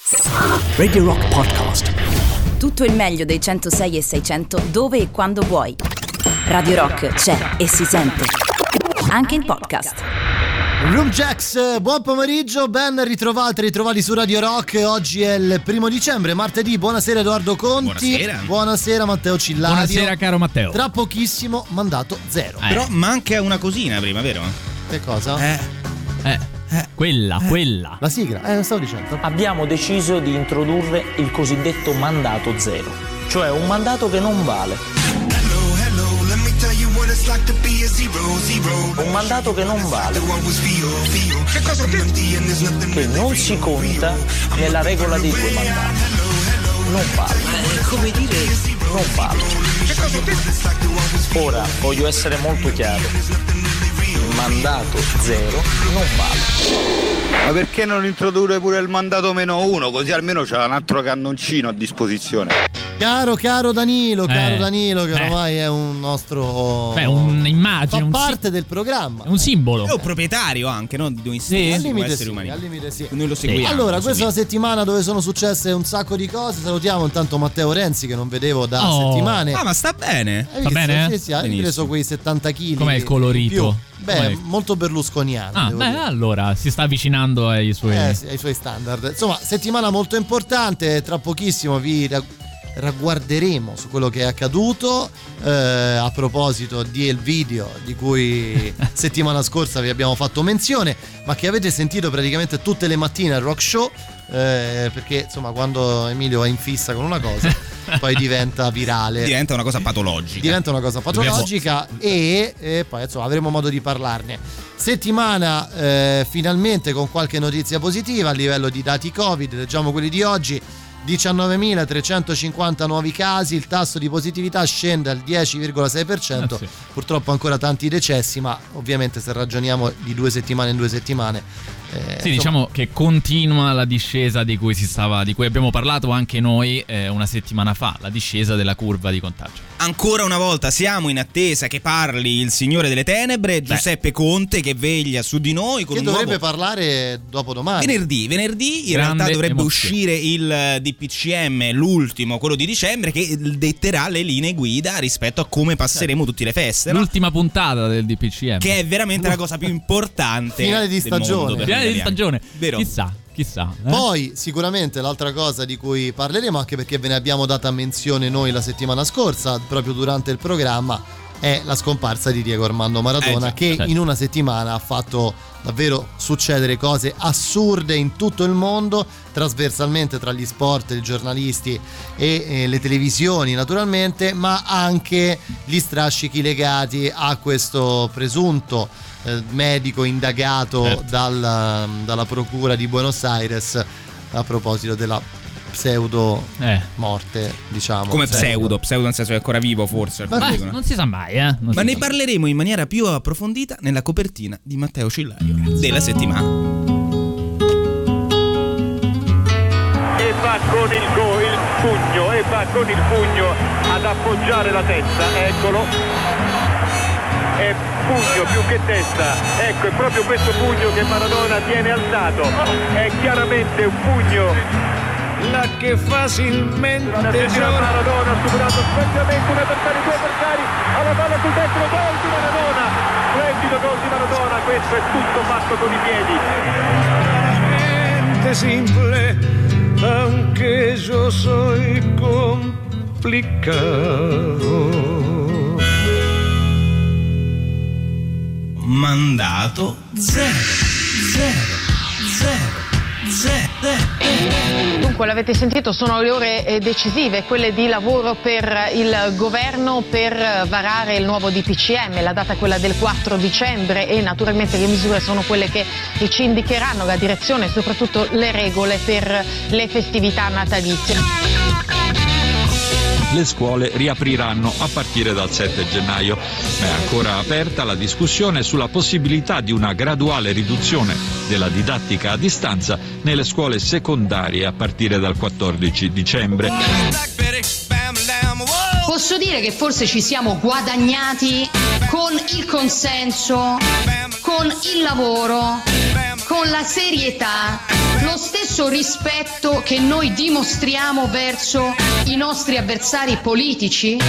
Radio Rock Podcast. Tutto il meglio dei 106 e 600 dove e quando vuoi. Radio Rock c'è e si sente anche in podcast. Room Jacks, buon pomeriggio, ben ritrovati su Radio Rock. Oggi è il 1 dicembre, martedì. Buonasera Edoardo Conti. Buonasera Matteo Cillario. Buonasera caro Matteo. Tra pochissimo mandato zero. Però manca una cosina prima, vero? Che cosa? Quella. La sigla, lo stavo dicendo. Abbiamo deciso di introdurre il cosiddetto mandato zero, cioè un mandato che non vale. Un mandato che non vale, che non si conta nella regola dei due mandati. Non vale. Come dire? Non vale. Ora voglio essere molto chiaro. Il mandato zero non vale. Ma perché non introdurre pure il mandato -1, così almeno c'è un altro cannoncino a disposizione. Caro Danilo, che ormai è un nostro... un'immagine. Fa parte del programma. È un simbolo. È un proprietario anche, no? Di noi stessi, Al come limite esseri umani. Al limite sì. Noi lo seguiamo. Allora, questa è una settimana dove sono successe un sacco di cose. Salutiamo intanto Matteo Renzi, che non vedevo da settimane. Ah, ma sta bene. Sta bene? Sì, ha preso quei 70 kg. Com'è il colorito? Molto berlusconiano. Allora si sta avvicinando ai suoi standard. Insomma, settimana molto importante. Tra pochissimo vi ragguarderemo su quello che è accaduto a proposito del video di cui settimana scorsa vi abbiamo fatto menzione, ma che avete sentito praticamente tutte le mattine al Rock Show, perché insomma quando Emilio è in fissa con una cosa poi diventa virale, diventa una cosa patologica e poi insomma avremo modo di parlarne. Settimana finalmente con qualche notizia positiva a livello di dati Covid. Leggiamo quelli di oggi: 19.350 nuovi casi, il tasso di positività scende al 10,6%, purtroppo ancora tanti decessi, ma ovviamente se ragioniamo di 2 settimane in 2 settimane diciamo che continua la discesa di cui abbiamo parlato anche noi una settimana fa, la discesa della curva di contagio. Ancora una volta siamo in attesa che parli il Signore delle Tenebre, Giuseppe Conte, che veglia su di noi con che un dovrebbe parlare dopodomani. Venerdì in realtà dovrebbe uscire il DPCM, l'ultimo, quello di dicembre, che detterà le linee guida rispetto a come passeremo tutte le feste, no? L'ultima puntata del DPCM, che è veramente la cosa più importante. Finale di stagione. Vero? Chissà. Poi sicuramente l'altra cosa di cui parleremo, anche perché ve ne abbiamo data menzione noi la settimana scorsa proprio durante il programma, è la scomparsa di Diego Armando Maradona, che in una settimana ha fatto davvero succedere cose assurde in tutto il mondo, trasversalmente tra gli sport, i giornalisti e le televisioni naturalmente, ma anche gli strascichi legati a questo presunto medico indagato dalla procura di Buenos Aires a proposito della pseudo morte, diciamo. Come pseudo nel senso che è ancora vivo, forse. Non si sa mai, ma ne parleremo in maniera più approfondita nella copertina di Matteo Cillario della settimana. E va con il pugno ad appoggiare la testa, eccolo. È pugno più che testa, ecco, è proprio questo pugno che Maradona tiene alzato, è chiaramente un pugno la che facilmente Maradona ha superato splendidamente un avversario, 2 avversari, alla palla sul destro, gol di Maradona, splendido gol di Maradona, questo è tutto fatto con i piedi. Simple, aunque yo soy complicado. Mandato zero. Dunque l'avete sentito, sono le ore decisive, quelle di lavoro per il governo per varare il nuovo DPCM. La data è quella del 4 dicembre e naturalmente le misure sono quelle che ci indicheranno la direzione e soprattutto le regole per le festività natalizie. Le scuole riapriranno a partire dal 7 gennaio. È ancora aperta la discussione sulla possibilità di una graduale riduzione della didattica a distanza nelle scuole secondarie a partire dal 14 dicembre. Posso dire che forse ci siamo guadagnati con il consenso, con il lavoro, con con la serietà, lo stesso rispetto che noi dimostriamo verso i nostri avversari politici?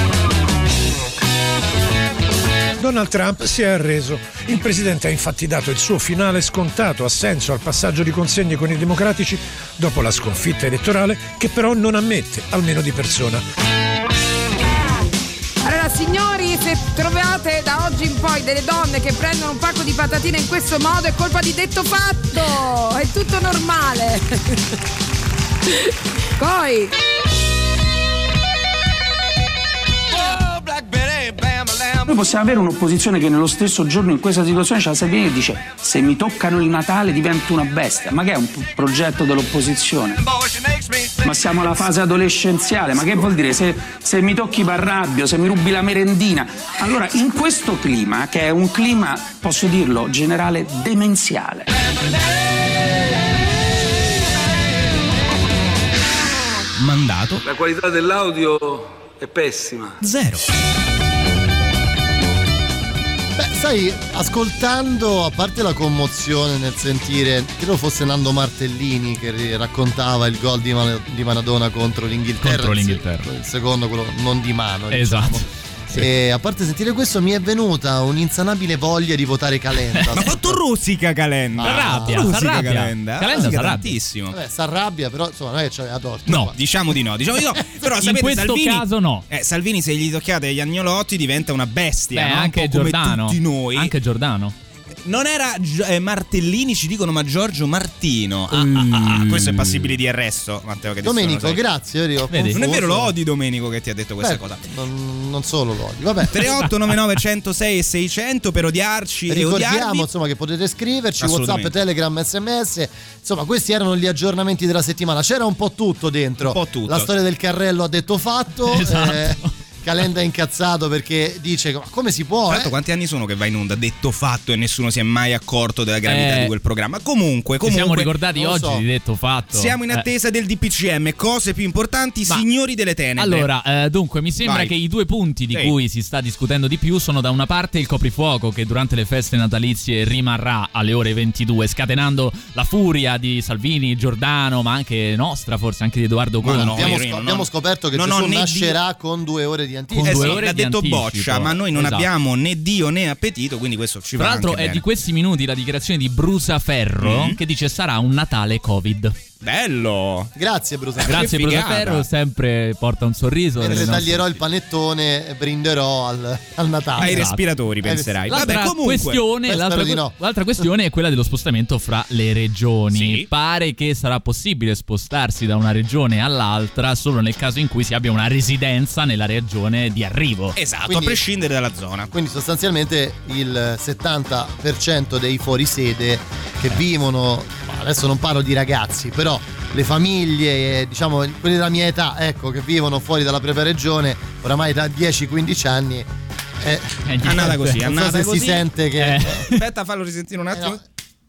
Donald Trump si è arreso. Il presidente ha infatti dato il suo finale scontato assenso al passaggio di consegne con i democratici dopo la sconfitta elettorale, che però non ammette, almeno di persona. Allora signori, se trovate da oggi in poi delle donne che prendono un pacco di patatine in questo modo, è colpa di Detto Fatto, è tutto normale. Poi noi possiamo avere un'opposizione che nello stesso giorno in questa situazione c'è la Salvini che dice: se mi toccano il Natale divento una bestia. Ma che è un progetto dell'opposizione? Ma siamo alla fase adolescenziale, ma che vuol dire se mi tocchi m'arrabbio, se mi rubi la merendina? Allora in questo clima, che è un clima, posso dirlo, generale demenziale, mandato. La qualità dell'audio è pessima. Zero. Beh, sai, ascoltando, a parte la commozione nel sentire, credo fosse Nando Martellini che raccontava il gol di Maradona contro l'Inghilterra. Il secondo, quello non di mano. Esatto. Diciamo. E a parte sentire questo mi è venuta un'insanabile voglia di votare Calenda. Ma quanto rosica Calenda? S'arrabbia. Calenda S'arrabbia tantissimo. Vabbè, s'arrabbia, però insomma non è che c'aveva torto. No, diciamo di no. Però in sapete, questo Salvini, caso no. Salvini, se gli toccate gli agnolotti diventa una bestia. Beh, no? anche un po' come Giordano. tutti noi. Anche Giordano. Non era Martellini, ci dicono, ma Giorgio Martino. Questo è passibile di arresto, Matteo, che Domenico, grazie. Non è vero, lo odi Domenico che ti ha detto questa cosa. Non solo lo odio. Vabbè. 3899 106 e 600 per odiarci. Ricordiamo e odiarvi. insomma che potete scriverci, WhatsApp, Telegram, SMS. Insomma, questi erano gli aggiornamenti della settimana. C'era un po' tutto dentro. Un po' tutto. La storia del carrello ha detto fatto. Esatto. Calenda è incazzato perché dice: ma come si può? Tra l'altro, quanti anni sono che va in onda Detto Fatto e nessuno si è mai accorto della gravità di quel programma? Comunque ci siamo ricordati oggi di Detto Fatto. Siamo in attesa del DPCM. Cose più importanti, signori delle tenebre. Allora, dunque, mi sembra che i due punti di cui si sta discutendo di più sono, da una parte, il coprifuoco, che durante le feste natalizie rimarrà alle ore 22, scatenando la furia di Salvini, Giordano, ma anche nostra, forse anche di Edoardo Conti. Abbiamo scoperto che Gesù nascerà con 2 ore di anticipo. L'ha detto Boccia, ma noi non abbiamo né Dio né appetito, quindi questo ci va. Tra l'altro anche è bene. di questi minuti la dichiarazione di Brusaferro che dice: sarà un Natale Covid. Bello! Grazie Brusaferro. Grazie Brusaferro, sempre porta un sorriso. Mentre taglierò il panettone e brinderò al Natale. Ai respiratori penserai. L'altra Comunque, questione è quella dello spostamento fra le regioni. Sì. Pare che sarà possibile spostarsi da una regione all'altra solo nel caso in cui si abbia una residenza nella regione di arrivo. Esatto, Quindi, a prescindere dalla zona. Quindi sostanzialmente il 70% dei fuorisede che vivono, adesso non parlo di ragazzi, però le famiglie, diciamo quelli della mia età, ecco, che vivono fuori dalla propria regione oramai da 10-15 anni, è andata così, si sente che aspetta, fallo risentire un attimo.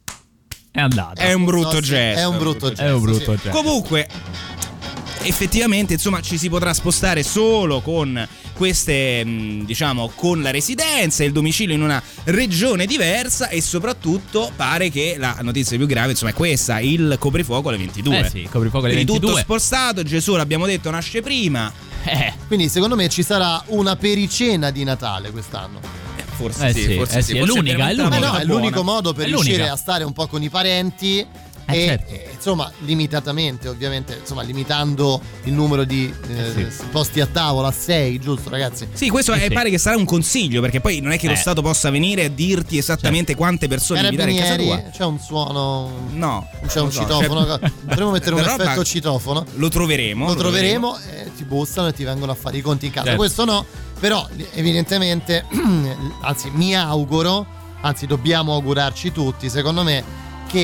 È andata. È un brutto gesto. È un brutto gesto. Comunque, effettivamente, insomma, ci si potrà spostare solo con queste, diciamo, con la residenza e il domicilio in una regione diversa, e soprattutto pare che la notizia più grave, insomma, è questa: il coprifuoco alle 22. Sì, coprifuoco alle 22. Tutto spostato. Gesù, l'abbiamo detto, nasce prima. Quindi secondo me ci sarà una pericena di Natale quest'anno. Forse sì. È l'unica. È l'unico modo per riuscire a stare un po' con i parenti. Insomma, limitatamente, ovviamente, insomma, limitando il numero di posti a tavola a 6, giusto, ragazzi? Sì, questo pare che sarà un consiglio, perché poi non è che lo Stato possa venire a dirti esattamente quante persone invitare in casa tua. C'è un suono? No, c'è un citofono. Potremmo mettere un effetto citofono. Lo troveremo. Ti bussano e ti vengono a fare i conti in casa. Questo no, però evidentemente, anzi mi auguro, anzi dobbiamo augurarci tutti, secondo me, che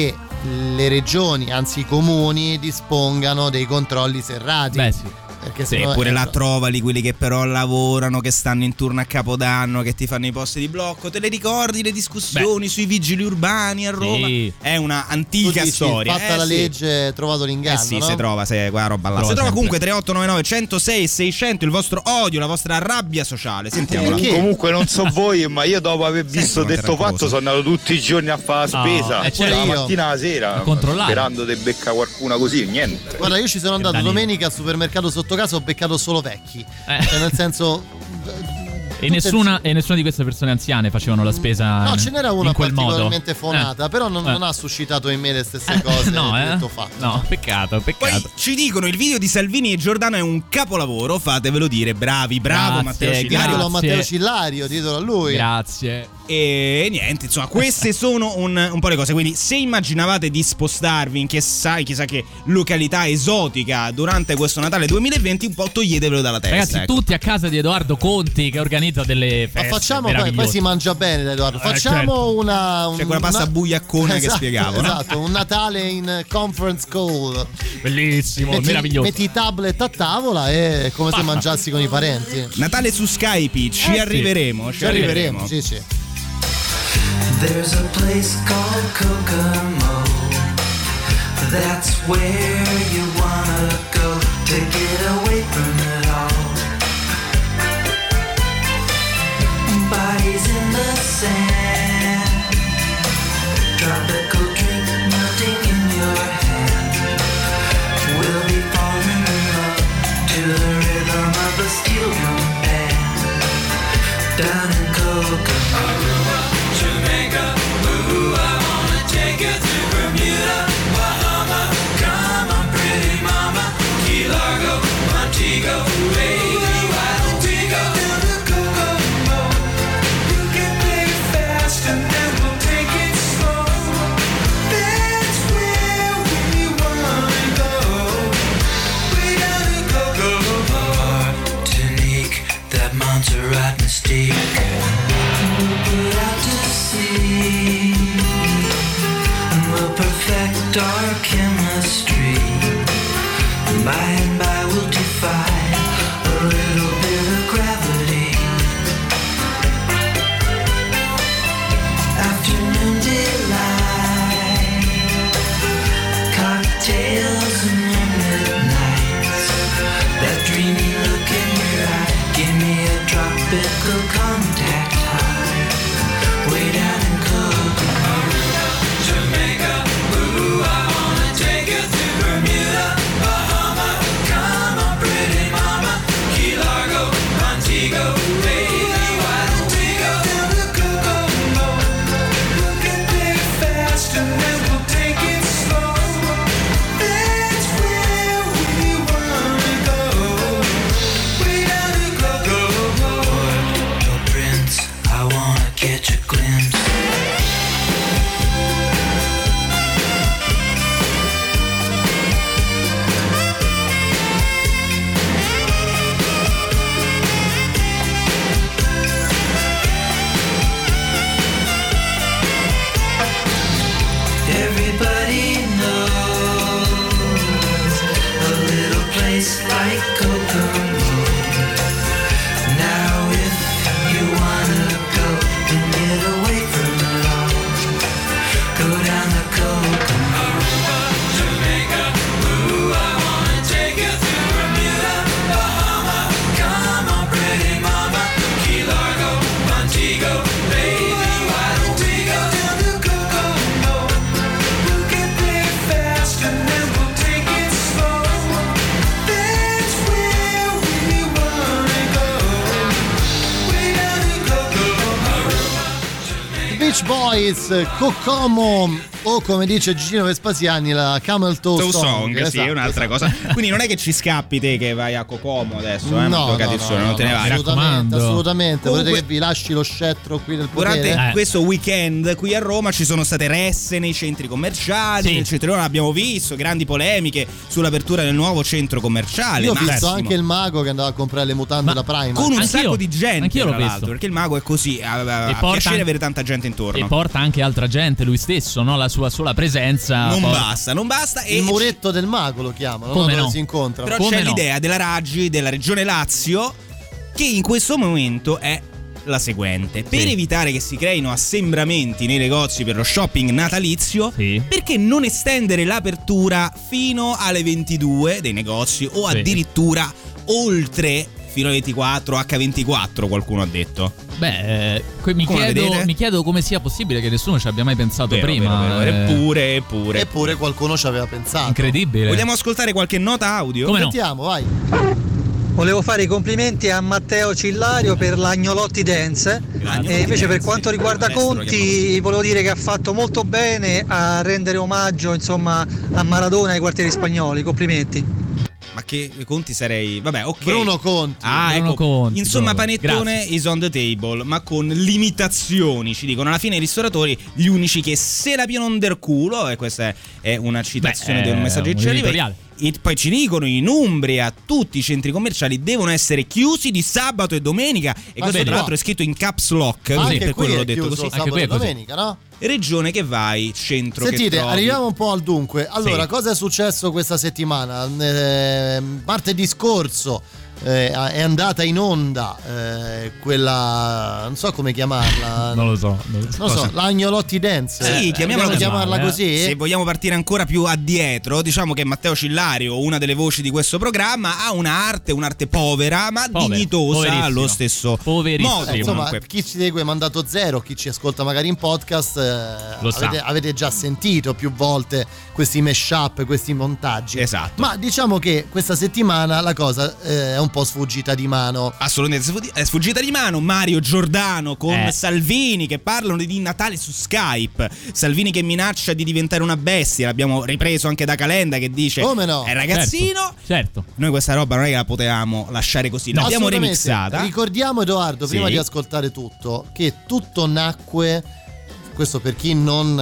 le regioni, anzi i comuni, dispongano dei controlli serrati. Beh sì. Perché sì, pure là trovali quelli che però lavorano, che stanno in turno a Capodanno, che ti fanno i posti di blocco. Te le ricordi le discussioni sui vigili urbani a Roma? Sì. È una antica storia. Fatta la legge, trovato l'inganno. Sì, no? si trova, quella roba là. Si trova comunque 3899 106 600, il vostro odio, la vostra rabbia sociale. Sentiamola. Comunque non so voi, ma io dopo aver visto Detto Fatto sono andato tutti i giorni a fare la spesa, la mattina alla sera, sperando di becca qualcuna così, niente. Guarda, io ci sono andato domenica al supermercato sotto casa, ho beccato solo vecchi. Cioè, nel senso. E nessuna di queste persone anziane facevano la spesa. No, ce n'era una in quel particolarmente modo. fonata, però non ha suscitato in me le stesse cose. Detto Fatto. No, peccato. Poi ci dicono il video di Salvini e Giordano è un capolavoro, fatevelo dire, bravo Matteo Cillario. Matteo Cillario, titolo a lui. Grazie. E niente, insomma, queste sono un po' le cose. Quindi, se immaginavate di spostarvi in chissà che località esotica durante questo Natale 2020, un po' toglietevelo dalla testa. Ragazzi, tutti a casa di Edoardo Conti che organizza delle feste. Ma facciamo, poi si mangia bene, Edoardo. Facciamo certo. Quella pasta bugliaccone che spiegavo. Esatto, un Natale in conference call. Bellissimo, meraviglioso. Metti i tablet a tavola e come se mangiassi con i parenti. Natale su Skype, ci arriveremo. Sì. There's a place called Kokomo. That's where you wanna go to get away from it all. Bodies in the sand, tropical drink melting in your hand. We'll be falling in love to the rhythm of a steel drum band. Down in Kokomo, Jamaica, ooh, I wanna take you to Bermuda, Bahama, come on pretty mama, Key Largo, Montego, baby, why don't we go to Kokomo? You can play it fast and then we'll take it slow. That's where we wanna go. We gotta Kokomo. Martinique, that Montserrat mystique. We'll put out to sea and we'll perfect our chemistry. By and by we'll defy a little bit of gravity. Afternoon delight, cocktails and moonlit nights. That dreamy look in your eye, give me a tropical contact high. Way down in Kokomo, Jamaica, ooh, I wanna take you to Bermuda, Bahama, come on pretty mama, Key Largo, Montego, baby, why don't we go down to Kokomo? We can play it fast and then we'll take it slow. That's where we wanna go. Way down to Kokomo. Your prince, I wanna catch a glimpse. Everybody knows a little place like Kokomo. Now if you wanna go and get away from it all, go down to Kokomo. Jamaica, ooh, I wanna take you to Bermuda, Bahama, come on pretty mama, Key Largo, Montego, baby, why don't we go down to Kokomo? We can play it fast and then we'll take it slow. That's where we wanna go. Way down to Kokomo. Beach Boys, Kokomo, o come dice Gigino Vespasiani, la Camel Toe Song. Sì, è un'altra cosa. Quindi non è che ci scappi te che vai a Kokomo adesso, no, non te ne vai. Assolutamente. Volete che vi lasci lo scettro qui del potere? Durante questo weekend qui a Roma ci sono state resse nei centri commerciali, nel centro abbiamo visto grandi polemiche sull'apertura del nuovo centro commerciale. Io ho visto anche il mago che andava a comprare le mutande da Prime con un sacco di gente, anch'io l'ho visto, visto, perché il mago è così, ha piacere avere tanta gente intorno e porta anche altra gente lui stesso, no? La sua sola presenza non basta. Il muretto del mago lo chiamano, come no? Si incontrano. Però come c'è no? l'idea della Raggi, della regione Lazio, che in questo momento è la seguente: per evitare che si creino assembramenti nei negozi per lo shopping natalizio, perché non estendere l'apertura fino alle 22 dei negozi o addirittura oltre fino alle 24, H24 qualcuno ha detto. Beh, mi chiedo come sia possibile che nessuno ci abbia mai pensato prima. Eppure qualcuno ci aveva pensato. Incredibile. Vogliamo ascoltare qualche nota audio? Come no? Sentiamo, vai. Volevo fare i complimenti a Matteo Cillario per l'Agnolotti Dance e invece per quanto riguarda Conti volevo dire che ha fatto molto bene a rendere omaggio, insomma, a Maradona e ai quartieri spagnoli. Complimenti. Ma che Conti sarei... Vabbè, ok. Bruno Conti. Ecco. Conti, insomma, proprio. panettone Grazie. is on the table, ma con limitazioni, ci dicono. Alla fine i ristoratori, gli unici che se la piano del culo, e questa è una citazione del messaggio che ci arriva. E poi ci dicono in Umbria tutti i centri commerciali devono essere chiusi di sabato e domenica, e questo tra l'altro è scritto in caps lock, così per quello l'ho detto così. Sabato e domenica, no? Regione che vai, centro Sentite, che trovi. arriviamo un po' al dunque. Allora, cosa è successo questa settimana? Martedì scorso è andata in onda quella, non so come chiamarla. Non lo so, l'Agnolotti Dance. Sì, chiamarla così. Se vogliamo partire ancora più addietro, diciamo che Matteo Cillario, una delle voci di questo programma, ha un'arte povera ma dignitosa allo stesso modo. Insomma, chi ci segue Mandato Zero, chi ci ascolta magari in podcast, avete già sentito più volte questi mashup, questi montaggi. Esatto. Ma diciamo che questa settimana la cosa è un po' sfuggita di mano. Assolutamente è sfuggita di mano. Mario Giordano con Salvini che parlano di Natale su Skype. Salvini che minaccia di diventare una bestia. L'abbiamo ripreso anche da Calenda che dice come no? È ragazzino. Certo. Noi questa roba non è che la potevamo lasciare così, l'abbiamo remixata. Ricordiamo, Edoardo, prima di ascoltare tutto, che tutto nacque, questo per chi non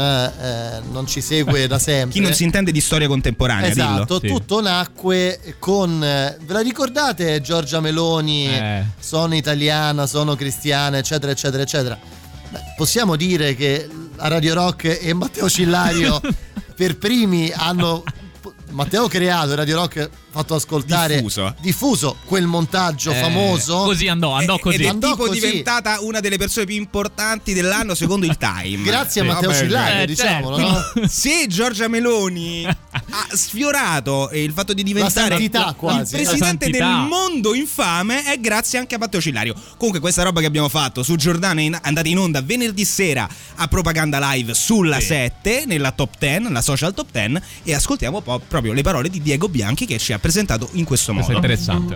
ci segue da sempre, chi non si intende di storia contemporanea, esatto, dillo. Tutto nacque con ve la ricordate Giorgia Meloni, sono italiana, sono cristiana, eccetera eccetera eccetera. Possiamo dire che a Radio Rock e Matteo Cillario per primi hanno Matteo creato, Radio Rock fatto ascoltare, diffuso quel montaggio famoso. Così andò così. Ed è tipo diventata una delle persone più importanti dell'anno secondo il Time. Grazie a Matteo Cillario, diciamolo, no? Se Giorgia Meloni ha sfiorato il fatto di diventare il presidente del mondo infame, è grazie anche a Matteo Cillario. Comunque questa roba che abbiamo fatto su Giordano è andata in onda venerdì sera a Propaganda Live sulla 7, nella top 10, la social top 10, e ascoltiamo proprio le parole di Diego Bianchi che ci ha presentato in questo modo. Questo è interessante.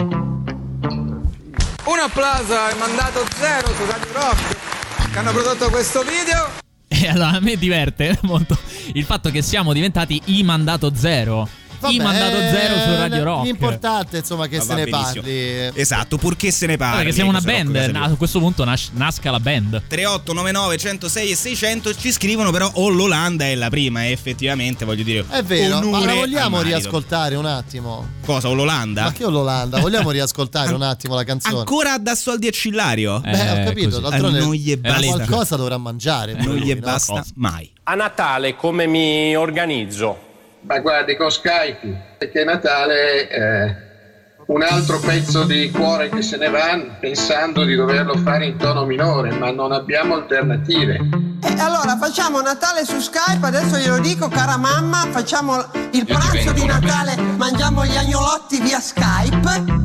Un applauso al Mandato Zero su Radio Rock che hanno prodotto questo video. E allora a me diverte molto il fatto che siamo diventati i Mandato Zero. Vabbè, Mandato Zero su Radio Rock. L'importante insomma che se ne parli. Esatto, purché se ne parli. Perché siamo una band, a questo punto nasca la band. 3899 106 e 600 ci scrivono, però l'Olanda è la prima, e effettivamente voglio dire è vero, ma la vogliamo riascoltare un attimo? Cosa, l'Olanda? Ma che l'Olanda? Vogliamo riascoltare un attimo la canzone? Ancora da soldi a Cillario? Ho capito, d'altronde non gli basta. Qualcosa dovrà mangiare. Non gli basta mai. A Natale come mi organizzo? Ma guardi, con Skype, perché Natale è un altro pezzo di cuore che se ne va pensando di doverlo fare in tono minore, ma non abbiamo alternative. Allora facciamo Natale su Skype, adesso glielo dico, cara mamma, facciamo il pranzo di Natale, mangiamo gli agnolotti via Skype.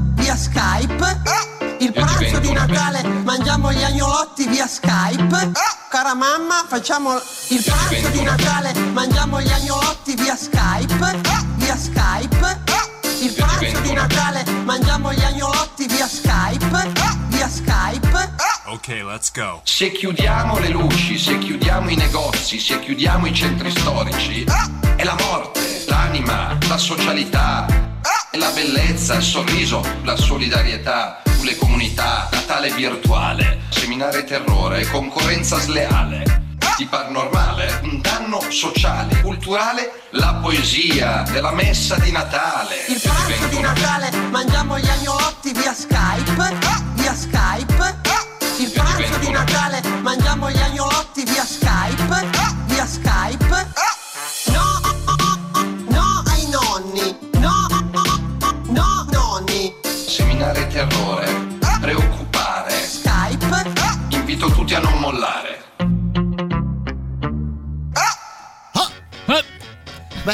Il pranzo di Natale mangiamo gli agnolotti via Skype. Cara mamma, facciamo il pranzo di Natale, mangiamo gli agnolotti via Skype. Il pranzo di Natale mangiamo gli agnolotti via Skype. Ok, let's go. Se chiudiamo le luci, se chiudiamo i negozi, se chiudiamo i centri storici, è la morte, l'anima, la socialità, è la bellezza, il sorriso, la solidarietà, le comunità, Natale virtuale, seminare terrore, concorrenza sleale. Ti par normale? Un danno sociale, culturale, la poesia della messa di Natale. Il pranzo di Natale mangiamo gli agnolotti via Skype. Il pranzo di Natale mangiamo gli agnolotti via Skype.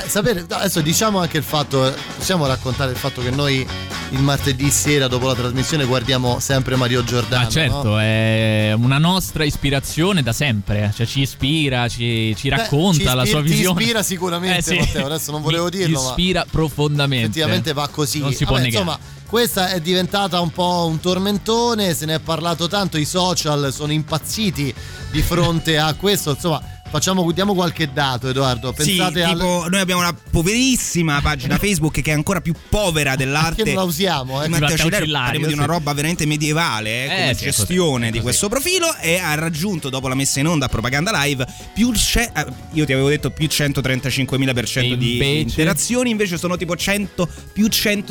sapere, adesso diciamo anche il fatto, possiamo raccontare il fatto che noi il martedì sera dopo la trasmissione guardiamo sempre Mario Giordano. Certo, no? È una nostra ispirazione da sempre, cioè ci ispira, ci racconta la sua visione. Ti ispira sicuramente, sì. Matteo, adesso non volevo dirlo, ma ispira profondamente. Effettivamente va così. Non si può negare. Insomma, questa è diventata un po' un tormentone, se ne è parlato tanto, i social sono impazziti di fronte a questo, insomma. Diamo qualche dato, Edoardo. Pensate sì, tipo, noi abbiamo una poverissima pagina Facebook che è ancora più povera dell'arte. Che non la usiamo, Parliamo di una roba veramente medievale come gestione di questo profilo, e ha raggiunto, dopo la messa in onda a Propaganda Live, io ti avevo detto più 135.000% di interazioni, invece sono tipo più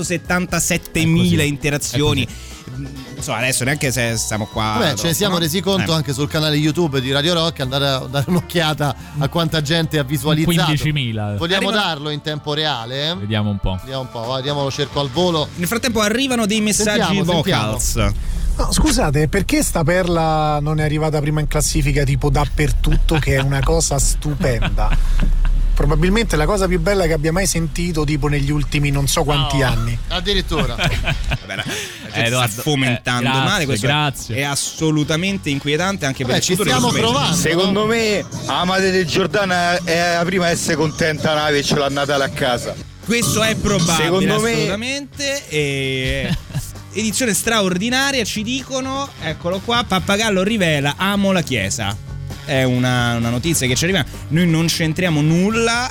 177.000 interazioni. Insomma, adesso neanche se stiamo qua. Vabbè, ce ne siamo resi conto anche sul canale YouTube di Radio Rock. Andare a dare un'occhiata a quanta gente ha visualizzato. 15.000. Vogliamo darlo in tempo reale? Vediamo un po'. Vediamo, lo cerco al volo. Nel frattempo arrivano dei messaggi vocals. No, scusate, perché sta perla non è arrivata prima in classifica tipo dappertutto, che è una cosa stupenda? Probabilmente la cosa più bella che abbia mai sentito tipo negli ultimi non so quanti anni. Addirittura. Vabbè, sta fomentando male, questo grazie. È assolutamente inquietante anche per il futuro. Stiamo provando. Secondo me Amate del Giordano è la prima a essere contenta di avercela a Natale a casa. Questo è probabile, secondo me assolutamente. Edizione straordinaria, ci dicono, eccolo qua, Pappagallo rivela amo la Chiesa. È una notizia che ci arriva, noi non c'entriamo nulla,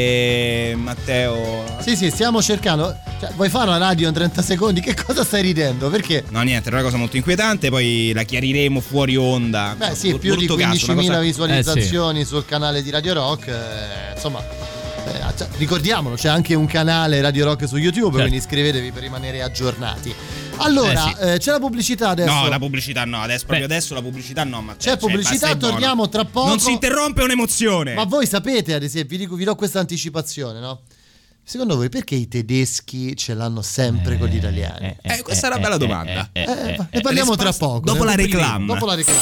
e Matteo... Sì, stiamo cercando, cioè, vuoi fare la radio in 30 secondi? Che cosa stai ridendo? Perché? No, niente, è una cosa molto inquietante, poi la chiariremo fuori onda. Beh sì, più di 15.000 visualizzazioni sul canale di Radio Rock, insomma... ricordiamolo, c'è anche un canale Radio Rock su YouTube, quindi iscrivetevi per rimanere aggiornati. Allora, c'è la pubblicità adesso? No, la pubblicità no, proprio adesso la pubblicità no, ma c'è pubblicità, torniamo tra poco. Non si interrompe un'emozione. Ma voi sapete, ad esempio, vi do questa anticipazione, no? Secondo voi perché i tedeschi ce l'hanno sempre con gli italiani? Questa è una bella domanda. Ne parliamo tra poco. Dopo la reclama.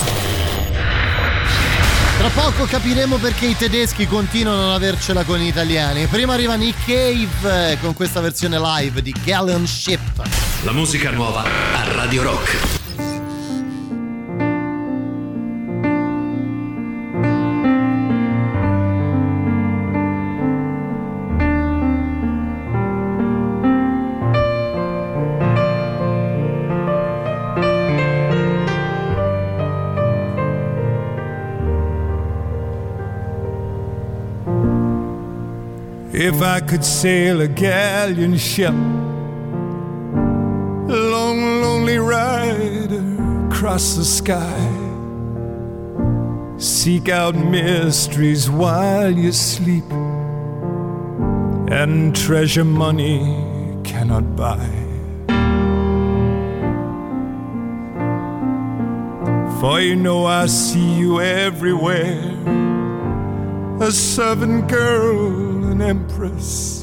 Tra poco capiremo perché i tedeschi continuano a non avercela con gli italiani. Prima arriva Nick Cave con questa versione live di Galleon Ship. La musica nuova a Radio Rock. If I could sail a galleon ship, a long, lonely rider across the sky, seek out mysteries while you sleep, and treasure money cannot buy. For you know I see you everywhere, a servant girl, an empress.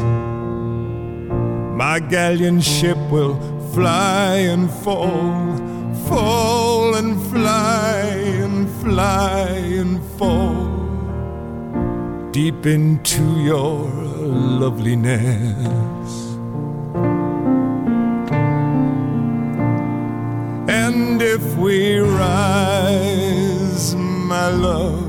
My galleon ship will fly and fall, fall and fly and fly and fall deep into your loveliness. And if we rise, my love,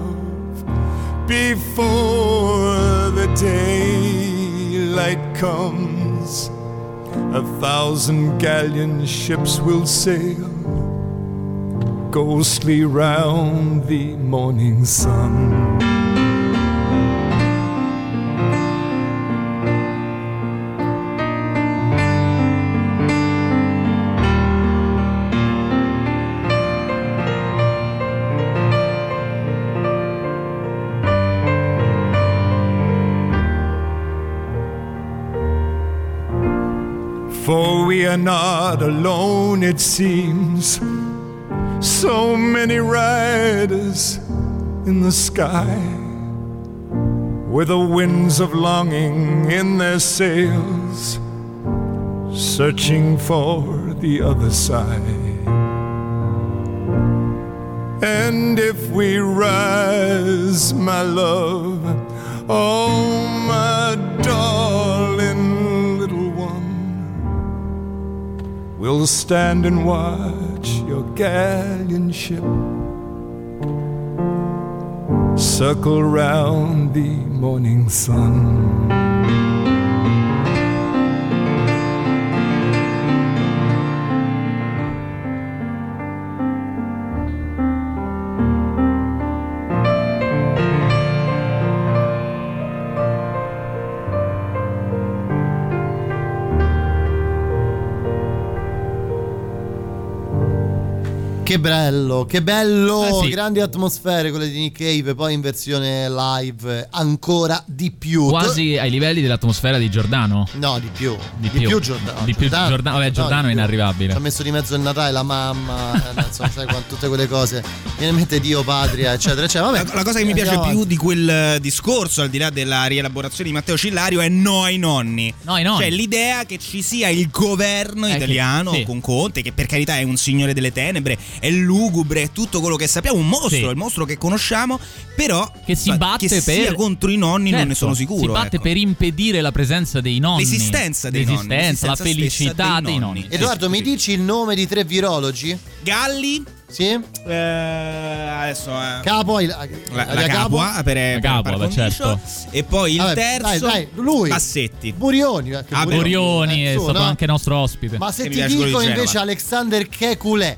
before the daylight comes, 1,000 galleon ships will sail ghostly round the morning sun. For we are not alone, it seems. So many riders in the sky, with the winds of longing in their sails, searching for the other side. And if we rise, my love, oh my darling, darling little one, we'll stand and watch your galleon ship circle round the morning sun. Che bello, sì. Grandi atmosfere quelle di Nick Cave, poi in versione live ancora di più. Quasi ai livelli dell'atmosfera di Giordano. No, di più Giordano. Di più Giordano, vabbè, Giordano è inarrivabile. Ci ha messo di mezzo il Natale, la mamma, insomma, sai, tutte quelle cose. Viene in mente Dio, Patria, eccetera, eccetera. Vabbè, la cosa che mi piace più di quel discorso, al di là della rielaborazione di Matteo Cillario, è no ai nonni. No ai nonni. Cioè l'idea che ci sia il governo italiano con Conte, che per carità è un signore delle tenebre, è lugubre, è tutto quello che sappiamo, un mostro, il mostro che conosciamo, però che si batte che sia contro i nonni, non ne sono sicuro. Si batte per impedire la presenza dei nonni, l'esistenza dei nonni, la felicità dei nonni. Edoardo, mi dici il nome di 3 virologi? Galli. Sì. Adesso Capo, la Capua per certo. E poi il terzo, dai, lui. Bassetti. Burioni. Burioni è stato anche nostro ospite. Ma se ti dico invece Alexander Kekulé.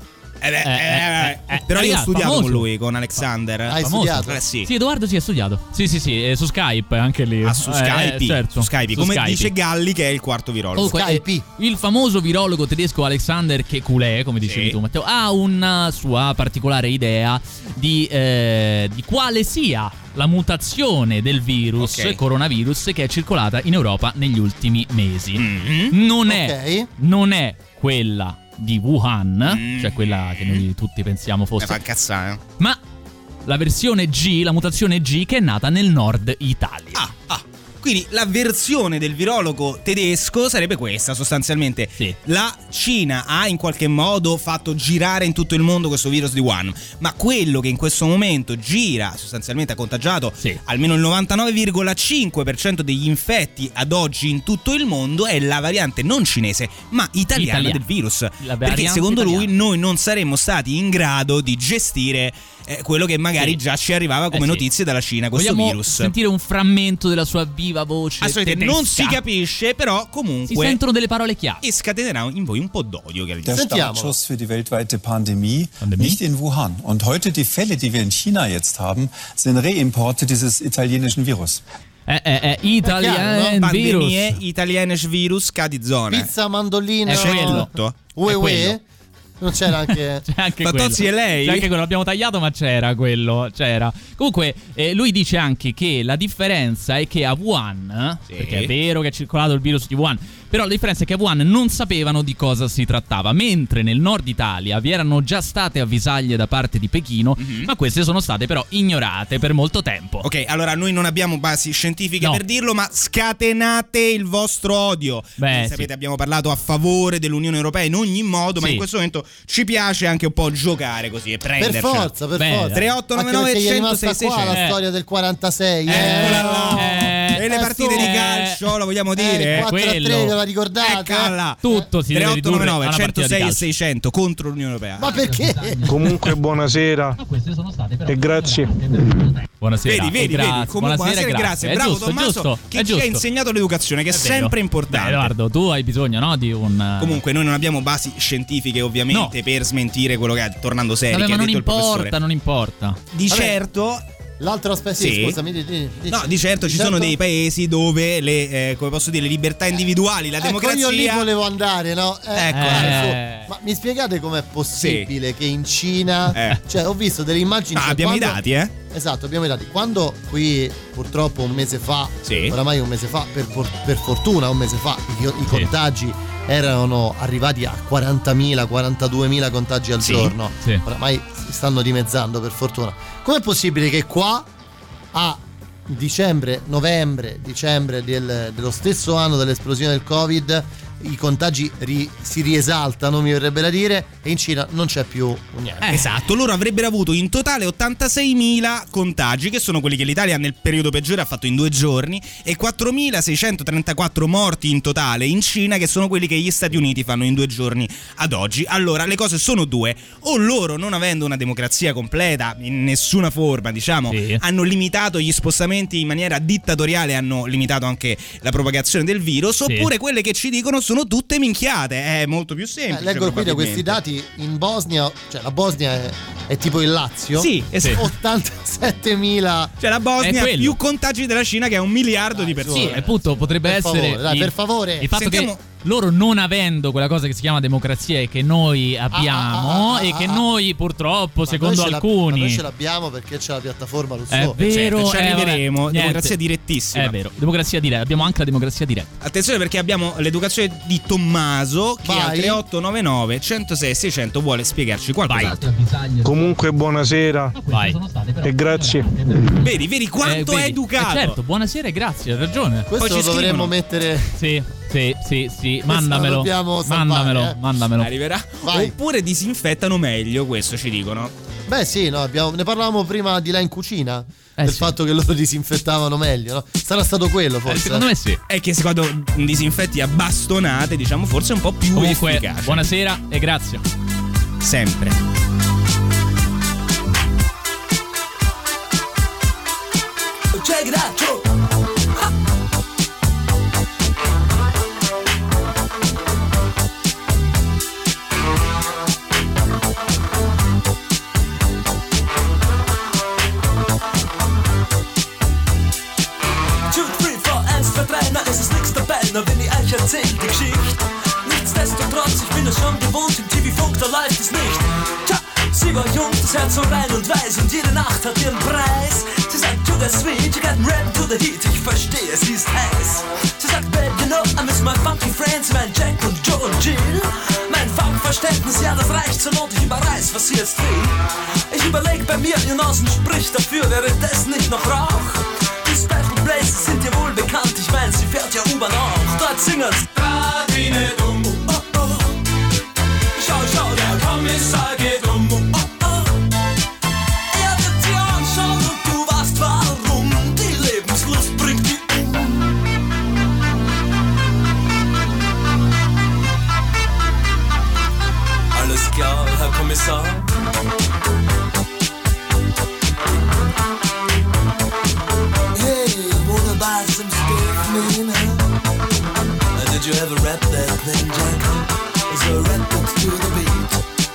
Però io ho studiato famoso. con lui, con Alexander. Hai studiato? Sì, Edoardo si è studiato. Sì, su Skype anche lì. Su Skype, certo. Su Skype, come dice Galli, che è il quarto virologo. Comunque, il famoso virologo tedesco Alexander Kekulé, come dicevi tu, Matteo, ha una sua particolare idea di quale sia la mutazione del virus, coronavirus, che è circolata in Europa negli ultimi mesi. Non è quella di Wuhan, cioè quella che noi tutti pensiamo fosse, fa incazzare, ma la versione G, la mutazione G, che è nata nel nord Italia. Quindi la versione del virologo tedesco sarebbe questa, sostanzialmente. La Cina ha in qualche modo fatto girare in tutto il mondo questo virus di Wuhan, ma quello che in questo momento gira, sostanzialmente ha contagiato almeno il 99,5% degli infetti ad oggi in tutto il mondo, è la variante non cinese ma italiana del virus, perché secondo lui noi non saremmo stati in grado di gestire quello che magari già ci arrivava come notizie dalla Cina, questo virus. Sentire un frammento della sua viva voce. Assolutamente non si capisce, però comunque si sentono delle parole chiave e scatenerà in voi un po' d'odio. Der Startschuss für die weltweite Pandemie nicht in Wuhan. Und heute die Fälle, die wir in China jetzt haben, sind Reimporte dieses italienischen Virus. Italian Pandemie, italienisch virus, cadizone. Pizza, mandolino, quello. Non c'era anche Fantozzi e lei? C'è anche quello, l'abbiamo tagliato, ma c'era. Comunque lui dice anche che la differenza è che a Wuhan, perché è vero che è circolato il virus di Wuhan, però la differenza è che a Wuhan non sapevano di cosa si trattava, mentre nel nord Italia vi erano già state avvisaglie da parte di Pechino, ma queste sono state però ignorate per molto tempo. Ok, allora noi non abbiamo basi scientifiche per dirlo, ma scatenate il vostro odio. Sapete, abbiamo parlato a favore dell'Unione Europea in ogni modo, ma in questo momento ci piace anche un po' giocare così e prenderci. Per forza. 3899 106 600. La storia del 46. E le partite di calcio, lo vogliamo dire? 4-3, la ricordate? Tutto si deve ridurre 3899 106 e 600 contro l'Unione Europea. Ma perché? Comunque buonasera e grazie. Buonasera. Vedi. Buonasera e grazie. Bravo giusto, Tommaso, che ci ha insegnato l'educazione, che è sempre importante. Edoardo, tu hai bisogno, di un... Comunque noi non abbiamo basi scientifiche ovviamente per smentire quello che tornando seri, che ha detto il professore. Non importa. Di certo... L'altro aspetto, scusami, no, di certo ci sono dei paesi dove le come posso dire, le libertà individuali, la democrazia. Io lì volevo andare, no? Ma mi spiegate com'è possibile che in Cina, cioè ho visto delle immagini. Abbiamo i dati, Esatto, abbiamo i dati. Quando qui purtroppo un mese fa, oramai un mese fa, per fortuna un mese fa, i contagi erano arrivati a 40.000, 42.000 contagi al giorno. Oramai si stanno dimezzando, per fortuna. Com'è possibile che qua a novembre, dicembre dello stesso anno dell'esplosione del Covid i contagi si riesaltano, mi verrebbe da dire, e in Cina non c'è più niente. Esatto, loro avrebbero avuto in totale 86.000 contagi, che sono quelli che l'Italia nel periodo peggiore ha fatto in 2 giorni, e 4.634 morti in totale in Cina, che sono quelli che gli Stati Uniti fanno in 2 giorni ad oggi. Allora, le cose sono due: o loro, non avendo una democrazia completa in nessuna forma, diciamo, hanno limitato gli spostamenti in maniera dittatoriale, hanno limitato anche la propagazione del virus, oppure quelle che ci dicono sono tutte minchiate. È molto più semplice. Leggo qui da questi dati, in Bosnia, cioè la Bosnia è tipo il Lazio. Sì, esatto. 87.000. Cioè la Bosnia ha più contagi della Cina, che ha 1 miliardo di persone. Sì, appunto, potrebbe essere per favore. Il fatto che loro, non avendo quella cosa che si chiama democrazia e che noi abbiamo, e che noi purtroppo, secondo alcuni, noi ce l'abbiamo perché c'è la piattaforma lo so. È vero, ci arriveremo. Niente. Democrazia direttissima. È vero, democrazia diretta. Abbiamo anche la democrazia diretta. Attenzione, perché abbiamo l'educazione di Tommaso, che al 3899 106 600 vuole spiegarci qualcos'altro. Comunque buonasera. Vai. E grazie. Vedi quanto è educato. Certo, buonasera e grazie, hai ragione. Questo lo dovremmo mettere. Sì, mandamelo. Mandamelo. Arriverà. Vai. Oppure disinfettano meglio, questo ci dicono. Beh sì, no, ne parlavamo prima di là in cucina, del fatto che loro disinfettavano meglio, no? Sarà stato quello forse. Secondo me sì. È che quando disinfetti a bastonate, diciamo, forse è un po' più efficace. Buonasera e grazie. Sempre. Check it out, Joe. Es ist nix dabei, nur wenn ich euch erzähl die Geschichte. Nichtsdestotrotz, ich bin es schon gewohnt, im TV-Funk, da läuft es nicht. Tja, sie war jung, das Herz so rein und weiß, und jede Nacht hat ihren Preis. Sie sagt, to the sweet, you got rap to the heat, ich verstehe, sie ist heiß. Sie sagt, babe, you know, I miss my funky friends, mein Jack und Joe und Jill. Mein Funkverständnis, ja, das reicht zur Not, ich überreiß, was sie jetzt will. Ich überleg bei mir, ihr Nasen spricht dafür, wäre das nicht noch Rauch? Special Places sind dir wohl bekannt, ich mein, sie fährt ja U-Bahn auch. Dort singen's Radine dumm, oh oh. Schau, schau, der Kommissar geht um, oh oh. Er wird dir anschauen und du weißt warum. Die Lebenslust bringt die Alles klar, Herr Kommissar. Some stuff, man, huh? Did you ever rap that thing, Jack? Is a rap to the beat?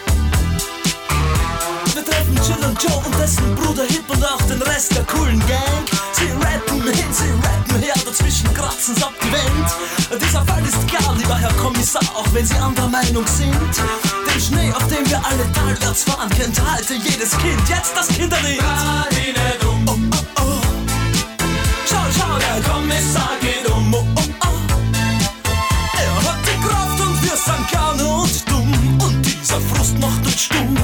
Wir treffen Jill und Joe und dessen Bruder Hip und auch den Rest der coolen Gang. Sie rappen hin, sie rappen her, dazwischen kratzen's ab die Wand. Dieser Fall ist klar, lieber Herr Kommissar, auch wenn Sie anderer Meinung sind. Den Schnee, auf dem wir alle talwärts fahren, kennt heute jedes Kind. Jetzt das Kinderlied. Oh, oh, oh. Schau, der Kommissar geht um, oh, oh, oh. Er hat die Kraft und wir sind gerne und dumm. Und dieser Frust macht uns stumm.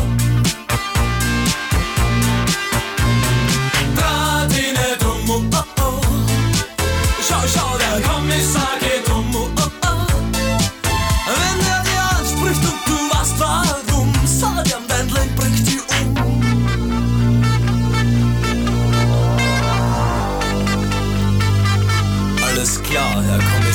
Draht ihn nicht um, oh, oh, oh. Schau, der Kommissar geht um, oh, oh, oh. Wenn er dir anspricht und du weißt warum, sag ihm, dein Leben bringt dich um. Alles klar, Herr Kommissar.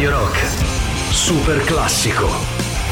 Radio Rock. Super classico.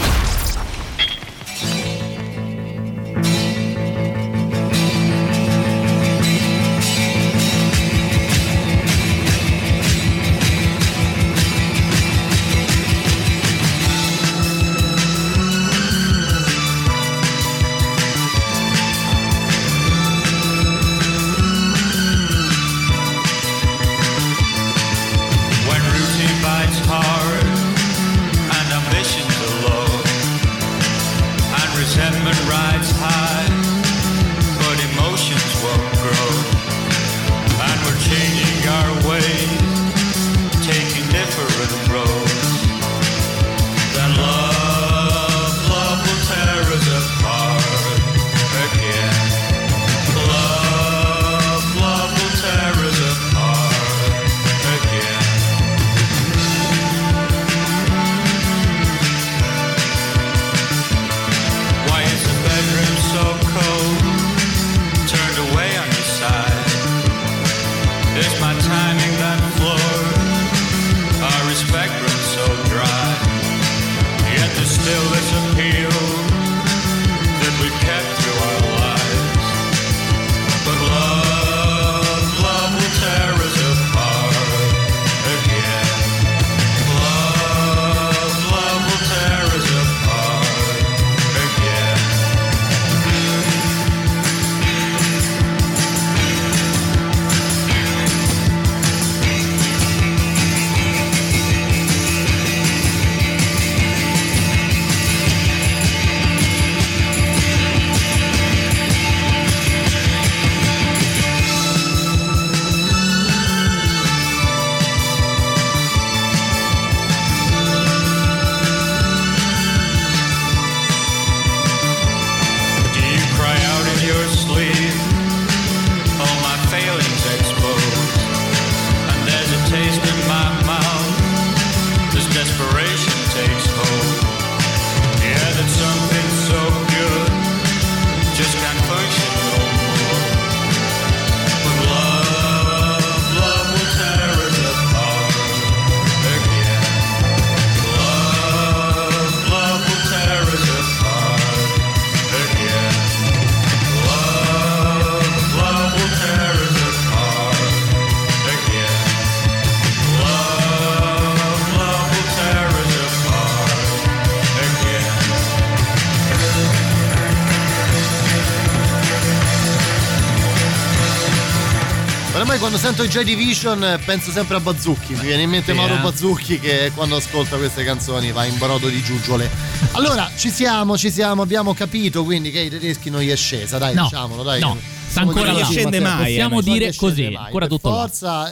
Quando sento i Joy Division penso sempre a Bazzucchi, mi viene in mente Mauro Bazzucchi che quando ascolta queste canzoni va in brodo di giuggiole. Allora ci siamo, abbiamo capito quindi che i tedeschi non gli è scesa, dai, diciamolo, dai. No, sta ancora là, scende mai, possiamo dire così, mai, ancora tutto forza,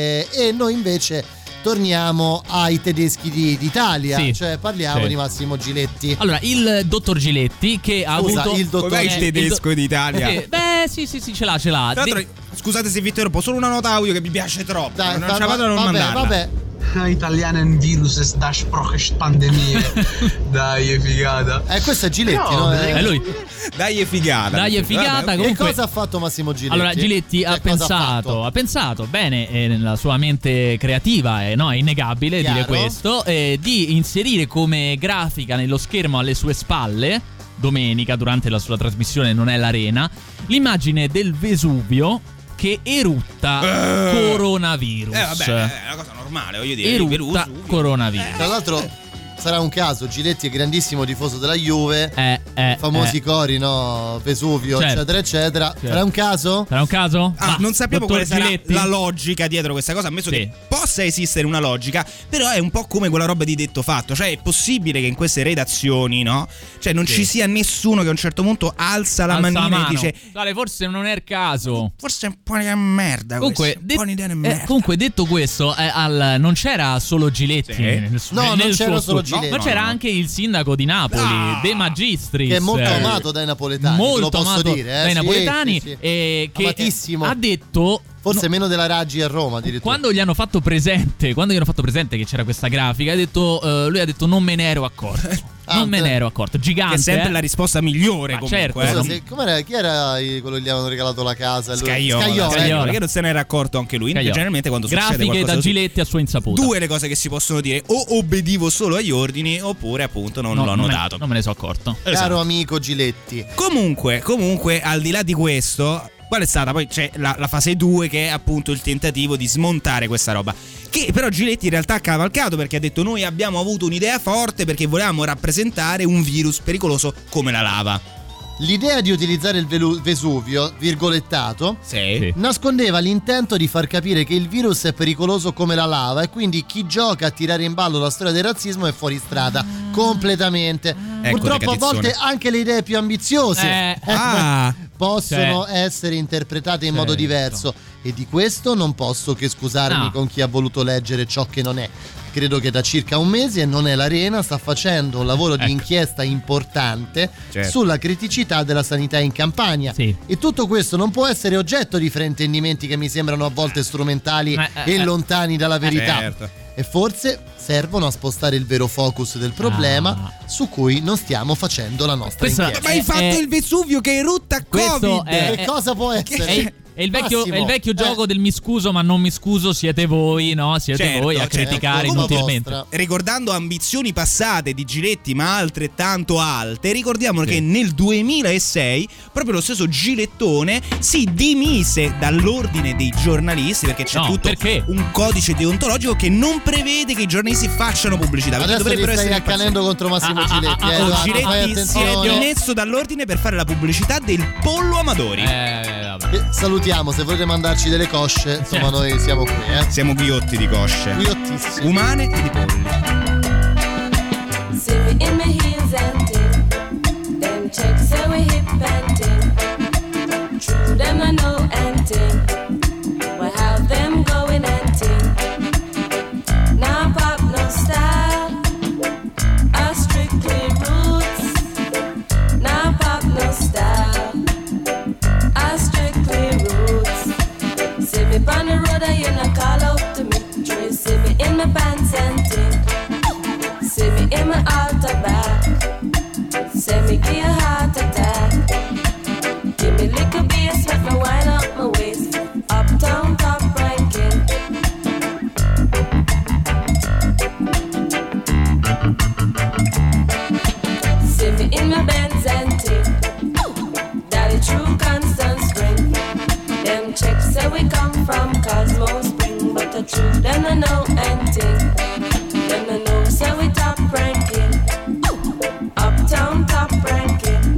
e noi invece torniamo ai tedeschi d'Italia, cioè parliamo di Massimo Giletti. Allora, il dottor Giletti che ha avuto il dottor il tedesco d'Italia. Beh, sì, ce l'ha. Tra l'altro, scusate se vi interrompo, solo una nota audio che mi piace troppo. Dai, non ce la vado a non mandarla. Vabbè. Italianen Virus da Sproche Pandemie. Dai, è figata. Questo è Giletti, no? È lui. Dai, è figata. Vabbè, comunque. E cosa ha fatto Massimo Giletti? Allora, Giletti ha pensato bene, nella sua mente creativa, è innegabile dire questo, di inserire come grafica nello schermo alle sue spalle, domenica durante la sua trasmissione Non è l'Arena, l'immagine del Vesuvio che erutta coronavirus. Vabbè, è una cosa normale, voglio dire. Erutta coronavirus. Tra l'altro sarà un caso, Giletti è grandissimo tifoso della Juve, famosi cori, no? Vesuvio, eccetera, eccetera. Sarà un caso? Non sappiamo quale sarà Giletti? la logica dietro questa cosa, ammesso che possa esistere una logica, però è un po' come quella roba di detto fatto, cioè è possibile che in queste redazioni, no? Cioè non ci sia nessuno che a un certo punto alza la manina e dice Dale, forse non è il caso. Forse è un po' di merda. Comunque, detto questo, non c'era solo Giletti. Non c'era solo Giletti. Ma c'era anche il sindaco di Napoli, De Magistris, che è molto amato dai napoletani, molto amato dire, dai napoletani, che amatissimo. Ha detto forse meno della Raggi a Roma addirittura. Quando gli hanno fatto presente che c'era questa grafica, lui ha detto non me ne ero accorto. Non me ne ero accorto. Gigante. Che è sempre la risposta migliore, comunque. Certo. Chi era quello che gli avevano regalato la casa? Scagliola, che non se ne era accorto anche lui. Generalmente quando grafiche succede qualcosa da Giletti a sua insaputa. Due le cose che si possono dire: o obbedivo solo agli ordini, oppure appunto non l'ho notato. Non me ne sono accorto. Caro amico Giletti. Comunque, al di là di questo, qual è stata? Poi c'è la fase 2, che è appunto il tentativo di smontare questa roba, che però Giletti in realtà ha cavalcato, perché ha detto: noi abbiamo avuto un'idea forte perché volevamo rappresentare un virus pericoloso come la lava. L'idea di utilizzare il Vesuvio, virgolettato, nascondeva l'intento di far capire che il virus è pericoloso come la lava, e quindi chi gioca a tirare in ballo la storia del razzismo è fuori strada completamente. Purtroppo a volte anche le idee più ambiziose possono essere interpretate in modo diverso, e di questo non posso che scusarmi con chi ha voluto leggere ciò che non è. Credo che da circa un mese, e non è l'Arena, sta facendo un lavoro di inchiesta importante sulla criticità della sanità in Campania, e tutto questo non può essere oggetto di fraintendimenti che mi sembrano a volte strumentali e lontani dalla verità. E forse servono a spostare il vero focus del problema, su cui non stiamo facendo la nostra inchiesta. Ma hai fatto il Vesuvio che erutta Covid! Che cosa può essere? È il vecchio gioco del mi scuso ma non mi scuso, siete voi, no? Siete voi a criticare inutilmente. Ricordando ambizioni passate di Giletti ma altrettanto alte, ricordiamo che nel 2006 proprio lo stesso Gilettone si dimise dall'ordine dei giornalisti, perché c'è un codice deontologico che non prevede che i giornalisti facciano pubblicità. Adesso ti stai accanendo contro Massimo Giletti. Giletti si è dimesso dall'ordine per fare la pubblicità del pollo Amadori. Salutiamo, se volete mandarci delle cosce, insomma noi siamo qui. Siamo ghiotti di cosce. Ghiottissimi. Umane e di polli. See me in my heels and ting. Them checks say we hip and ting. True them I know and ting. We have them going and ting. Now pop no style. I strictly roots. Now pop no style. I strictly roots. See me on the road and you not call out to me. Try see me in my pants and ting. See me in my altar back. Say me give a heart attack. Give me little bass, let me wind up my waist. Uptown top ranking. See me in my Benz and ting. Daddy true constant spring. Them checks say we come from Cosmo Spring, but the truth them I know and ting. Them I know say we top ranking. Uptown top ranking.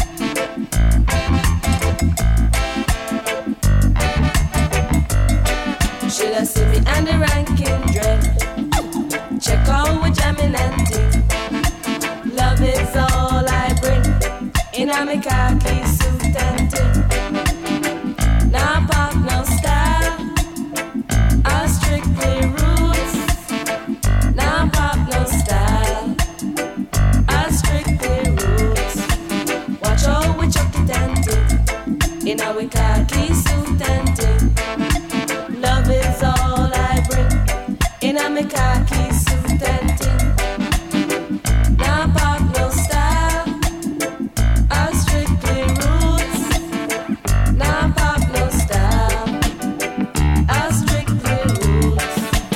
Should I see me and the ranking dread? Check out with jamming and ting. Love is all I bring. In a me khaki suit and ting. Now pop no style. I strictly roots. Now pop no style. I strictly roots. Watch out we chuck it and ting. In a we khaki suit and ting. Love is all I bring. In a me khaki suit and ting. Now pop no style. I strictly roots. Now pop no style. I strictly roots.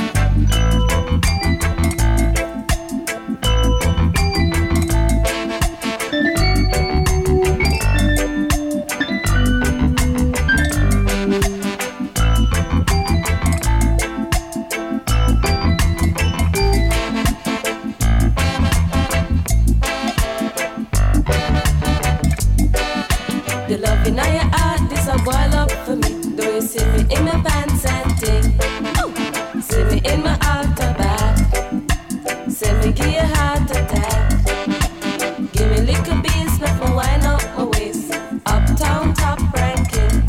The love in your heart, this a boil up for me. Do you see me in my pants and ting? See me in my altar back. See me give you heart attack. Give me little beats, make me wind up my waist. Uptown top ranking.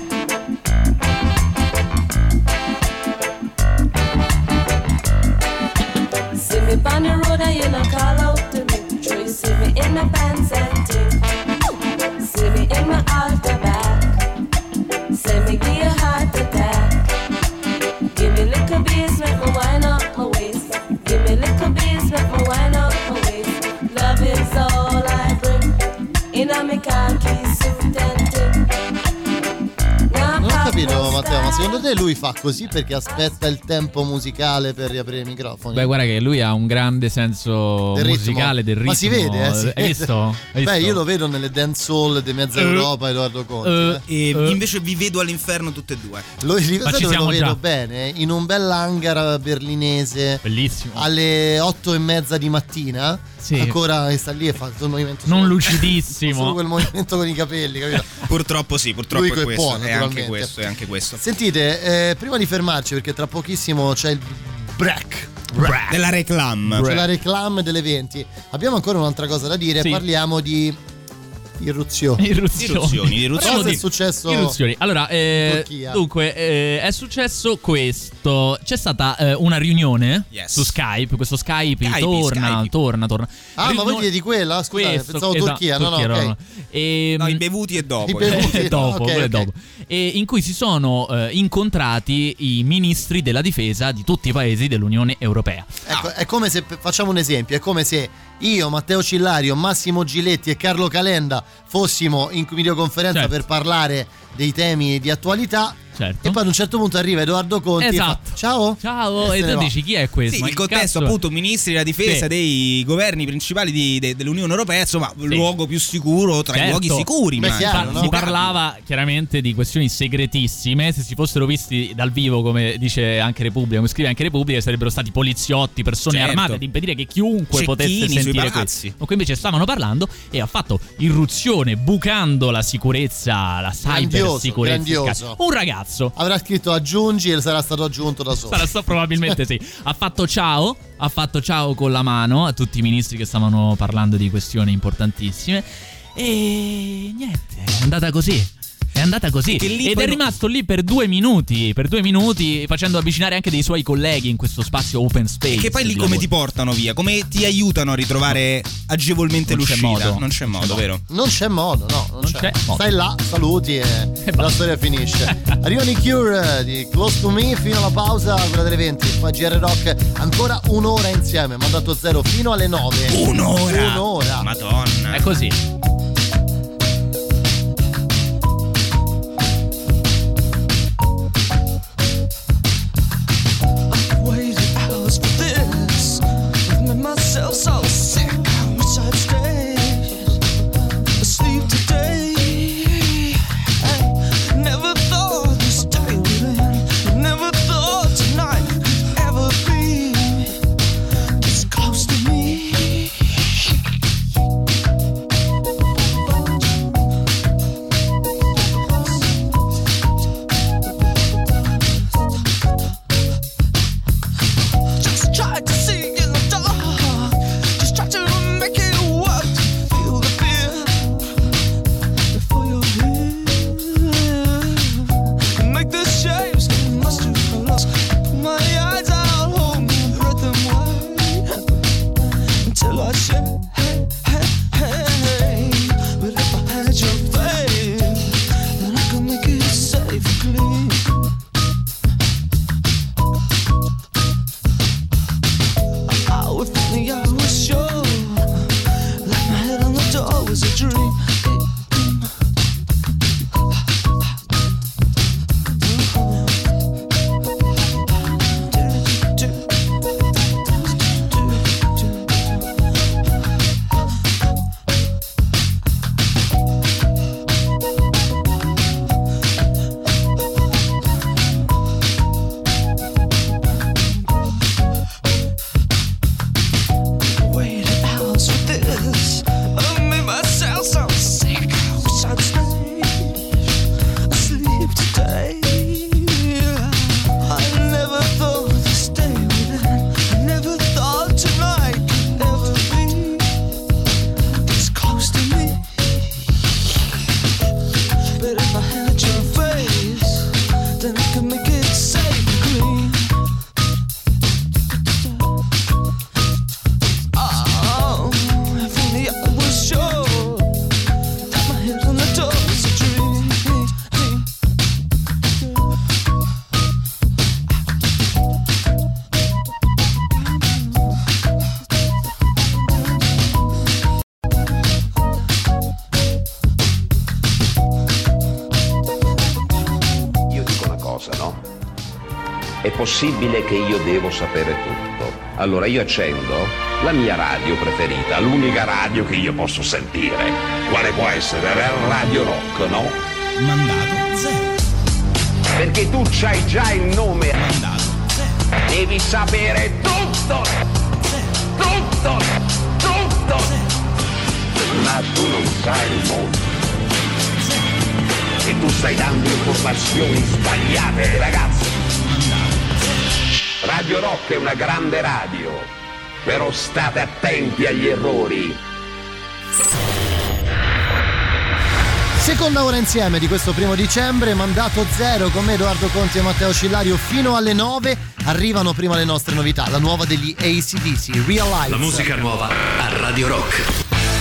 See me on the road and you not call out to me. Try you see me in my pants and ting. See me in my altar back. Say me give you heart attack. Give me little bass, make me wind up my waist. Give me little bass, make me wind up my waist. Love secondo te lui fa così perché aspetta il tempo musicale per riaprire i microfoni? Beh, guarda che lui ha un grande senso musicale del ritmo. Ma si vede, si Hai visto? Beh, io lo vedo nelle dancehall di Mezza Europa, Edoardo Conti. Invece vi vedo all'inferno tutte e due. Lo vedo bene in un bell'hangar berlinese. Bellissimo. Alle 8:30 di mattina. Sì. Ancora sta lì e fa il movimento non lucidissimo. Solo quel movimento con i capelli, capito? Purtroppo sì, purtroppo lui è questo. Può, è anche questo, è anche questo. Sentite, prima di fermarci, perché tra pochissimo c'è il break della reclam. C'è la reclam delle 20. Abbiamo ancora un'altra cosa da dire, sì. Parliamo di irruzioni. Cosa è successo? Irruzioni. Allora, dunque, è successo questo. C'è stata una riunione su Skype. Questo Skype torna. Ah, ma voi dite di quella? Scusate, pensavo Turchia. No, no, i bevuti e dopo. Dopo. E in cui si sono incontrati i ministri della difesa di tutti i paesi dell'Unione Europea. Ecco, è come se, facciamo un esempio, è come se io, Matteo Cillario, Massimo Giletti e Carlo Calenda fossimo in videoconferenza per parlare dei temi di attualità. Certo. E poi ad un certo punto arriva Edoardo Conti e fa ciao e tu dici chi è questo? Sì, il contesto appunto ministri della difesa dei governi principali dell'Unione Europea, insomma luogo più sicuro tra i luoghi sicuri. Si parlava chiaramente di questioni segretissime. Se si fossero visti dal vivo, come dice anche Repubblica, come scrive anche Repubblica, sarebbero stati poliziotti, persone armate ad impedire che chiunque potesse sentire questo. Qui invece stavano parlando e ha fatto irruzione bucando la sicurezza, la cyber sicurezza. Un ragazzo avrà scritto aggiungi e sarà stato aggiunto da solo. Probabilmente sì. Ha fatto ciao con la mano a tutti i ministri che stavano parlando di questioni importantissime e niente, è andata così. Ed è rimasto lì per 2 minuti, facendo avvicinare anche dei suoi colleghi in questo spazio open space. E che poi lì come ti portano via? Come ti aiutano a ritrovare agevolmente l'uscita? Non c'è modo, vero? Non c'è modo. Stai là, saluti e la storia finisce. Arrivano i Cure di Close to Me fino alla pausa, quella delle 20. Poi GR Rock ancora un'ora insieme, mandato 0 fino alle 9. Un'ora. Madonna. È così. So sick, I wish I'd stay asleep today. I never thought this day would end. Never thought tonight could ever be this close to me. possibile che io devo sapere tutto? Allora io accendo la mia radio preferita, l'unica radio che io posso sentire. Quale può essere? Radio Rock, no? Mandato zero. Perché tu c'hai già il nome. Mandato zero. Devi sapere tutto. Tutto. Tutto. Ma tu non sai il mondo. E tu stai dando informazioni sbagliate, ragazzi. Radio Rock è una grande radio, però state attenti agli errori. Seconda ora insieme di questo 1 dicembre, Mandato Zero con me, Edoardo Conti e Matteo Cillario fino alle 9. Arrivano prima le nostre novità, la nuova degli AC/DC, Realize. La musica nuova a Radio Rock.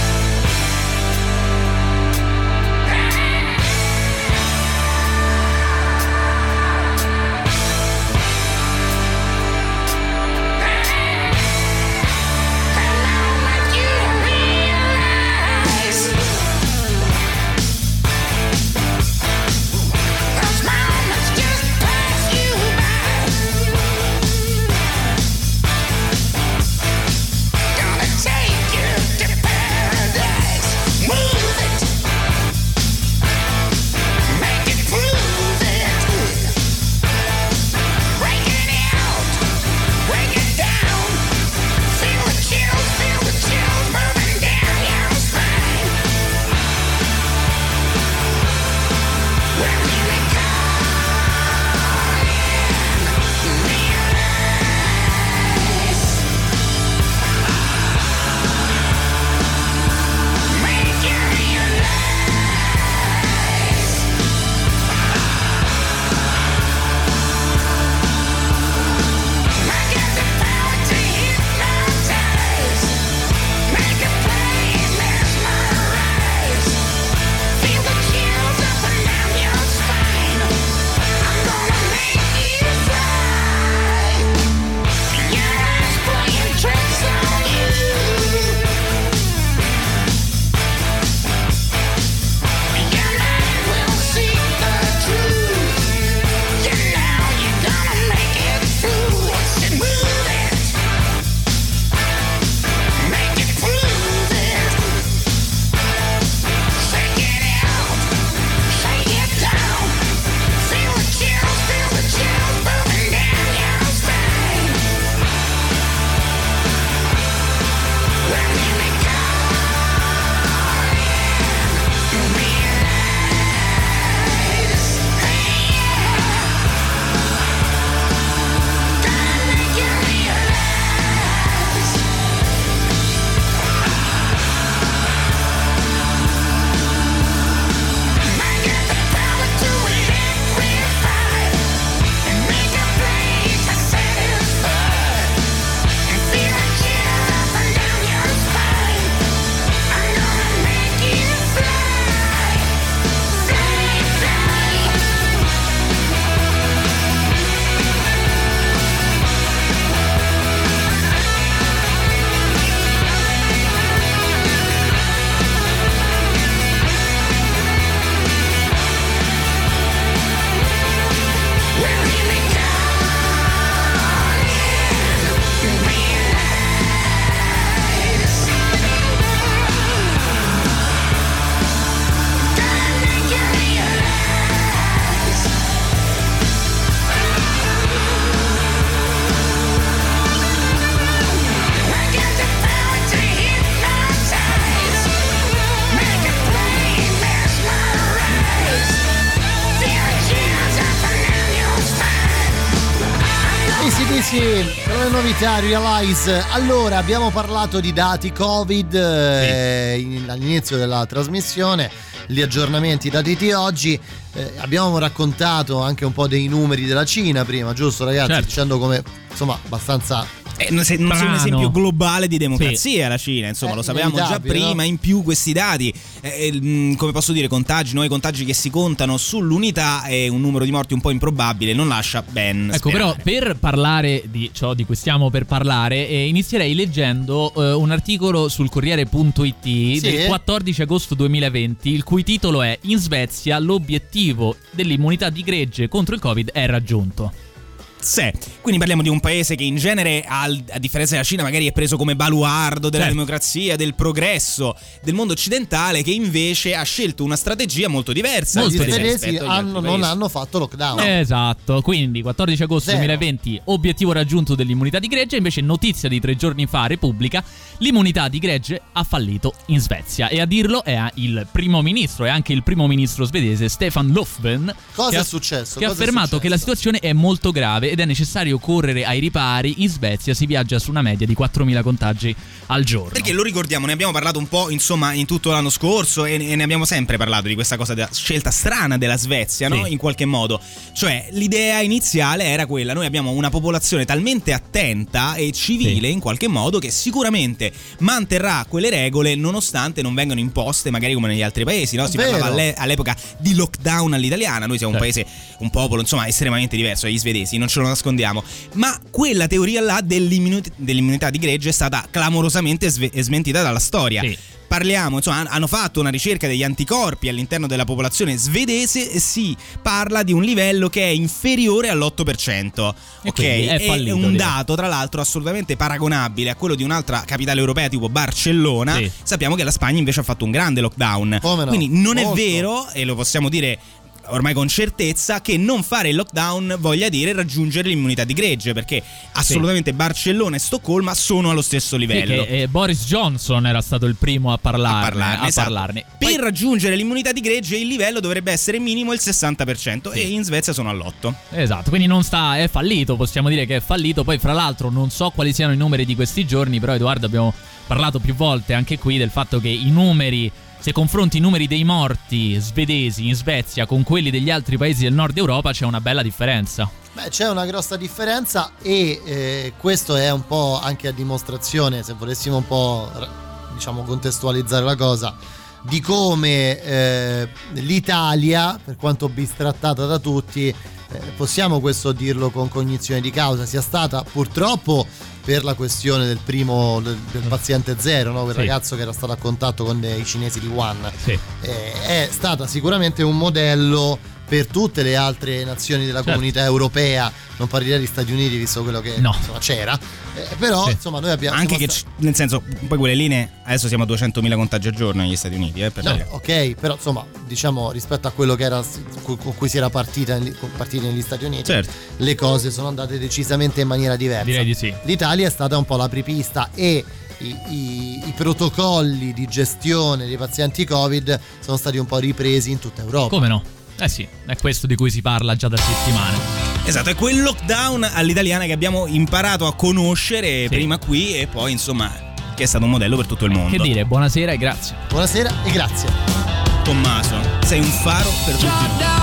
Tra le novità, Realize. Allora, abbiamo parlato di dati Covid all'inizio della trasmissione, gli aggiornamenti dati di oggi. Abbiamo raccontato anche un po' dei numeri della Cina prima, giusto ragazzi? Certo. Dicendo come, insomma, abbastanza... non sia un esempio globale di democrazia, la Cina, insomma, lo sapevamo già prima, no? In più questi dati, come posso dire, nuovi contagi che si contano sull'unità e un numero di morti un po' improbabile, non lascia ben sperare. Però per parlare di ciò di cui stiamo per parlare, inizierei leggendo un articolo sul Corriere.it del 14 agosto 2020, il cui titolo è: in Svezia l'obiettivo dell'immunità di gregge contro il Covid è raggiunto. sé. Quindi parliamo di un paese che in genere, a differenza della Cina, magari è preso come baluardo della democrazia, del progresso del mondo occidentale, che invece ha scelto una strategia molto diversa. Molto diversa. Gli svedesi non hanno fatto lockdown. Esatto, quindi 14 agosto 2020, obiettivo raggiunto dell'immunità di gregge. Invece notizia di 3 giorni fa, Repubblica, l'immunità di gregge ha fallito in Svezia, e a dirlo è il primo ministro e anche il primo ministro svedese Stefan Löfven. Cosa è successo? Che ha affermato che la situazione è molto grave ed è necessario correre ai ripari. In Svezia si viaggia su una media di 4.000 contagi al giorno. Perché lo ricordiamo, ne abbiamo parlato un po', insomma, in tutto l'anno scorso, e ne abbiamo sempre parlato di questa cosa della scelta strana della Svezia, no? In qualche modo. Cioè, l'idea iniziale era quella: noi abbiamo una popolazione talmente attenta e civile in qualche modo che sicuramente manterrà quelle regole nonostante non vengano imposte magari come negli altri paesi, no? Si parlava all'epoca di lockdown all'italiana. Noi siamo un paese, un popolo, insomma, estremamente diverso dagli svedesi, non ce lo nascondiamo. Ma quella teoria là dell'immunità di gregge è stata clamorosamente smentita dalla storia. Parliamo, insomma, hanno fatto una ricerca degli anticorpi all'interno della popolazione svedese e si parla di un livello che è inferiore all'8%. Ok, è un dato tra l'altro assolutamente paragonabile a quello di un'altra capitale europea tipo Barcellona. Sappiamo che la Spagna invece ha fatto un grande lockdown. Quindi non è vero, e lo possiamo dire ormai con certezza, che non fare il lockdown voglia dire raggiungere l'immunità di gregge, perché assolutamente Barcellona e Stoccolma sono allo stesso livello. Che Boris Johnson era stato il primo a parlarne. Per raggiungere l'immunità di gregge il livello dovrebbe essere minimo il 60%, e in Svezia sono all'8%. Esatto, quindi è fallito, possiamo dire che è fallito. Poi fra l'altro non so quali siano i numeri di questi giorni, però Edoardo, abbiamo parlato più volte anche qui del fatto che i numeri, se confronti i numeri dei morti svedesi in Svezia con quelli degli altri paesi del nord Europa, c'è una bella differenza. Beh, c'è una grossa differenza, e questo è un po' anche a dimostrazione, se volessimo un po' diciamo contestualizzare la cosa, di come l'Italia, per quanto bistrattata da tutti, possiamo questo dirlo con cognizione di causa, sia stata purtroppo, per la questione del paziente zero, no? Quel ragazzo che era stato a contatto con i cinesi di Wuhan, è stata sicuramente un modello per tutte le altre nazioni della comunità europea. Non parlerei degli Stati Uniti, visto quello che insomma, c'era, però insomma noi abbiamo anche che nel senso, poi quelle linee, adesso siamo a 200.000 contagi al giorno negli Stati Uniti, ok, però insomma, diciamo, rispetto a quello che era con cui si era partiti negli Stati Uniti, le cose sono andate decisamente in maniera diversa. Direi di sì. L'Italia è stata un po' l'apripista, e i protocolli di gestione dei pazienti Covid sono stati un po' ripresi in tutta Europa. Come no? Sì, è questo di cui si parla già da settimane. Esatto, è quel lockdown all'italiana che abbiamo imparato a conoscere prima qui, e poi insomma che è stato un modello per tutto il mondo. Che dire, buonasera e grazie. Buonasera e grazie. Tommaso, sei un faro per tutti noi.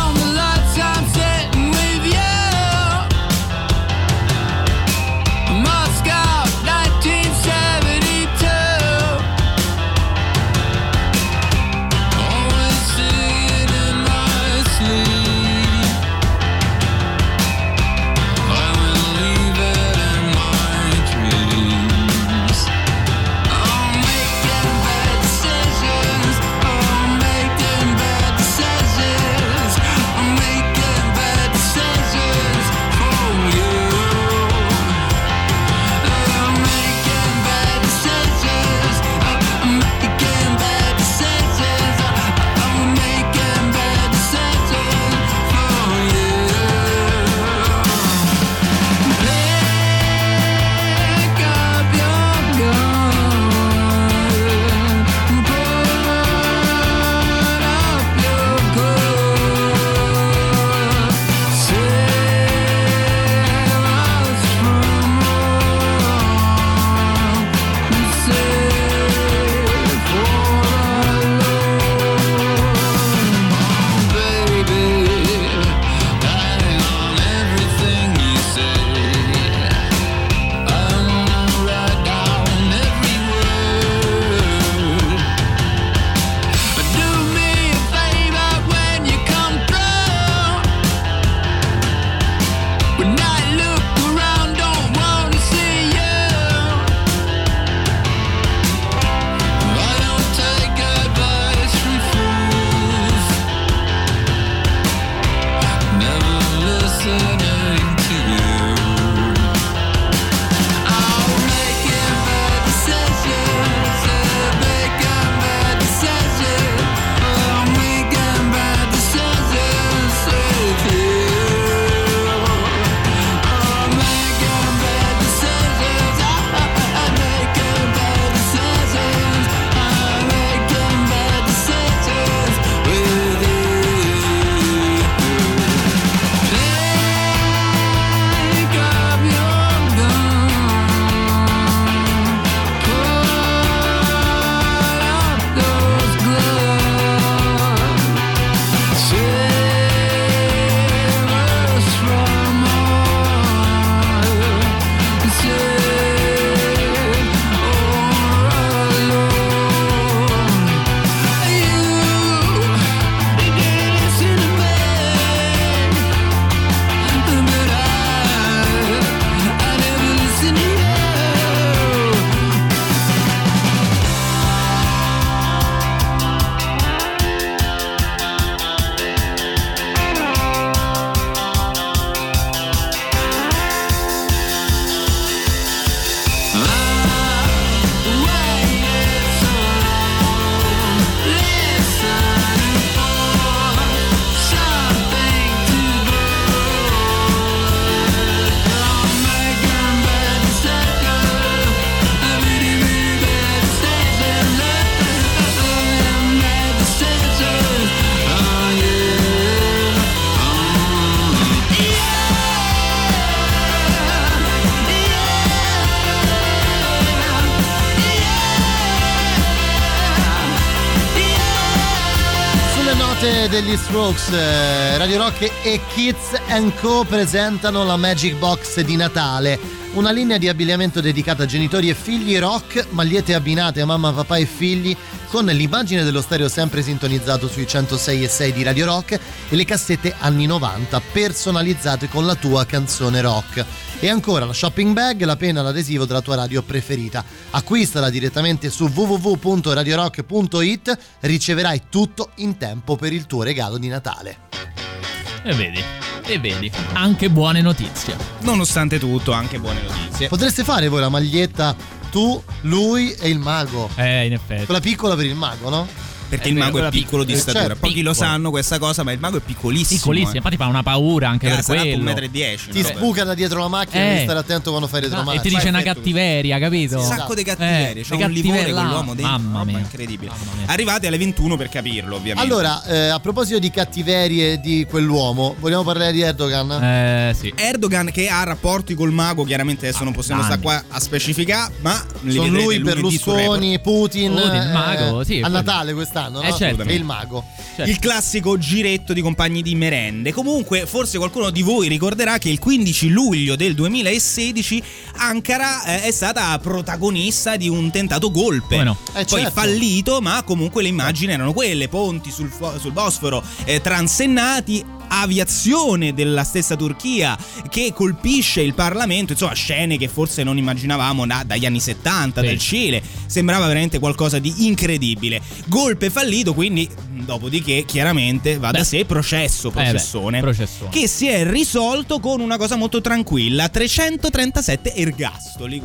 Decisions, oh, make them bad decisions. Niente degli Strokes, Radio Rock e Kids & Co presentano la Magic Box di Natale, una linea di abbigliamento dedicata a genitori e figli rock, magliette abbinate a mamma, papà e figli con l'immagine dello stereo sempre sintonizzato sui 106.6 di Radio Rock e le cassette anni 90 personalizzate con la tua canzone rock. E ancora la shopping bag, la penna, l'adesivo della tua radio preferita. Acquistala direttamente su www.radiorock.it, riceverai tutto in tempo per il tuo regalo di Natale. E vedi, anche buone notizie. Nonostante tutto, anche buone notizie. Potreste fare voi la maglietta tu, lui e il mago. In effetti. Quella piccola per il mago, no? Perché il mago è piccolo di statura. Certo, Pochi lo sanno questa cosa, ma il mago è piccolissimo. Piccolissimo, infatti fa una paura anche per quello. 1,10 m. Ti sbuca da dietro la macchina, devi stare attento quando fai retromarcia. E ti dice una cattiveria, capito? Un sacco di cattiverie. C'è un livore con l'uomo dentro. Mamma mia, incredibile. Arrivate alle 21 per capirlo, ovviamente. Allora, a proposito di cattiverie di quell'uomo, vogliamo parlare di Erdogan? Sì. Erdogan che ha rapporti col mago, chiaramente adesso non possiamo stare qua a specificare, ma sono lui, Berlusconi, Putin, il mago, sì, a Natale quest'anno, no? Certo. E il mago. Certo. Il classico giretto di compagni di merende. Comunque, forse qualcuno di voi ricorderà che il 15 luglio del 2016 Ankara è stata protagonista di un tentato golpe. No? Poi certo. fallito, ma comunque le immagini erano quelle: ponti sul Bosforo transennati, aviazione della stessa Turchia che colpisce il Parlamento, insomma scene che forse non immaginavamo dagli anni 70, sì. Del Cile. Sembrava veramente qualcosa di incredibile. Golpe fallito, quindi dopodiché chiaramente va da sé processone che si è risolto con una cosa molto tranquilla: 337 ergastoli.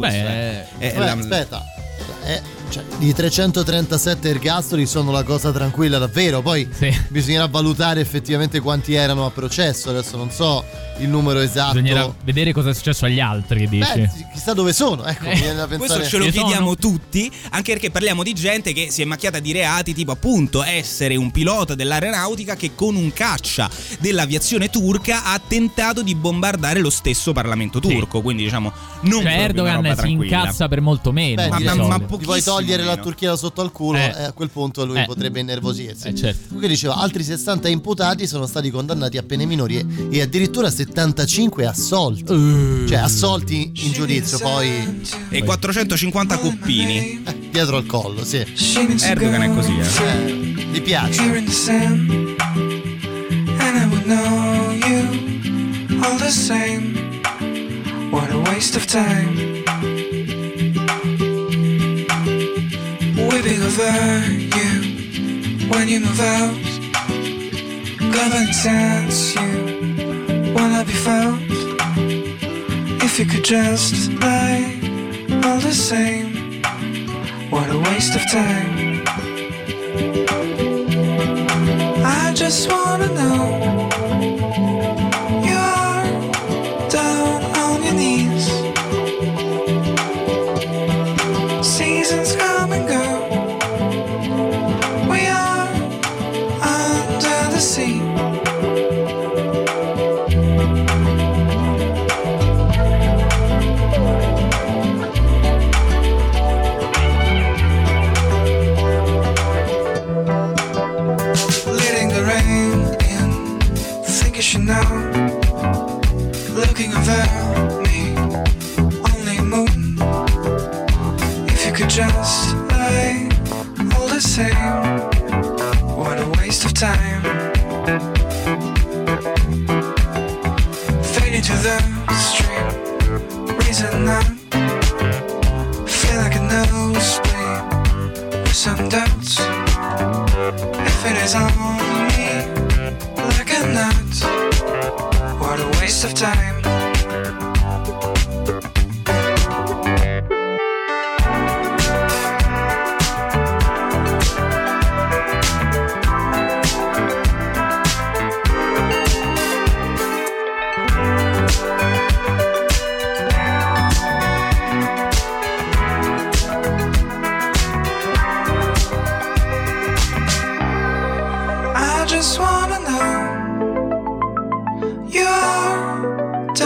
Aspetta, cioè, i 337 ergastoli sono la cosa tranquilla davvero, poi bisognerà valutare effettivamente quanti erano a processo, adesso non so il numero esatto. Bisognerà vedere cosa è successo agli altri, dici. Chissà dove sono, ecco, viene da pensare. Questo ce lo chiediamo tutti, anche perché parliamo di gente che si è macchiata di reati tipo appunto essere un pilota dell'aeronautica che con un caccia dell'aviazione turca ha tentato di bombardare lo stesso Parlamento turco, quindi diciamo non cioè Erdogan si incazza per molto meno. Ma ti vuoi togliere la Turchia da sotto al culo, a quel punto lui potrebbe innervosirsi. Certo. Comunque diceva, altri 60 imputati sono stati condannati a pene minori e addirittura 75 assolti. Cioè assolti in giudizio, poi e 450 coppini dietro al collo, sì. Erdogan è così, Gli piace. What a waste of time. Whipping over you when you move out. Common sense, you wanna be found. If you could just lie all the same. What a waste of time. I just wanna know. Down on your knees. Seasons come and go. We are under the sea. Letting the rain in. Think you should know. Looking over me, only moon. If you could just lie all the same. What a waste of time. Fade into the stream, reason up. Feel like a nosebleed with some doubts. If it is on me like a nut. What a waste of time. I just wanna know. You're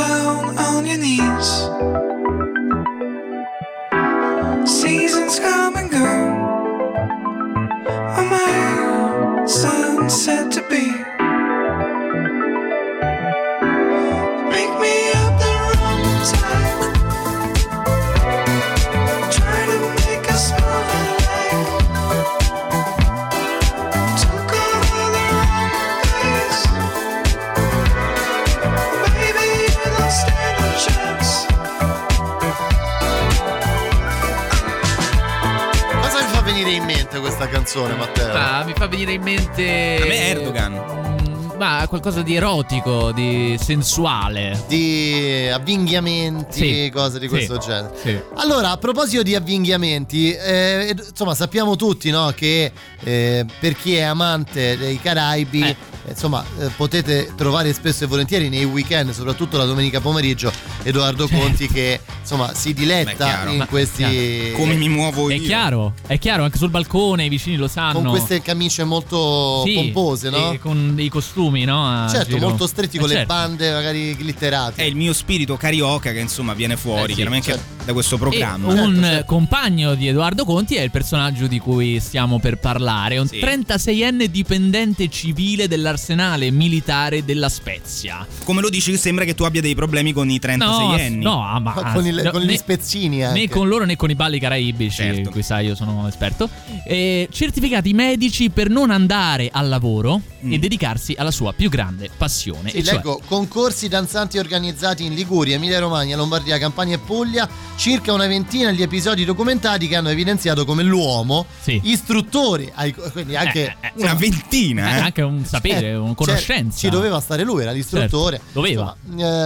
venire in mente questa canzone, Matteo? Mi fa venire in mente a me Erdogan. Ma qualcosa di erotico, di sensuale, di avvinghiamenti, cose di questo genere. Sì. Allora, a proposito di avvinghiamenti, insomma, sappiamo tutti, no, che per chi è amante dei Caraibi, insomma, potete trovare spesso e volentieri nei weekend, soprattutto la domenica pomeriggio, Edoardo Conti che insomma si diletta in questi. Come mi muovo io? È chiaro, anche sul balcone i vicini lo sanno. Con queste camicie molto pompose, no? E con dei costumi, no? Certo, molto stretti, con le bande magari glitterate. È il mio spirito carioca che insomma viene fuori chiaramente da questo programma. Un compagno di Edoardo Conti è il personaggio di cui stiamo per parlare, un 36enne dipendente civile dell'arsenale militare della Spezia. Come lo dici, sembra che tu abbia dei problemi con i 36enni. No, ma con gli spezzini anche. Né con loro né con i balli caraibici, in cui sai io sono esperto. Certificati medici per non andare al lavoro e dedicarsi alla sua più grande passione. Sì, leggo concorsi danzanti organizzati in Liguria, Emilia Romagna, Lombardia, Campania e Puglia, circa una ventina gli episodi documentati che hanno evidenziato come l'uomo, istruttori, quindi anche una ventina, anche un sapere, una conoscenza. Ci doveva stare lui, era l'istruttore. Certo, doveva.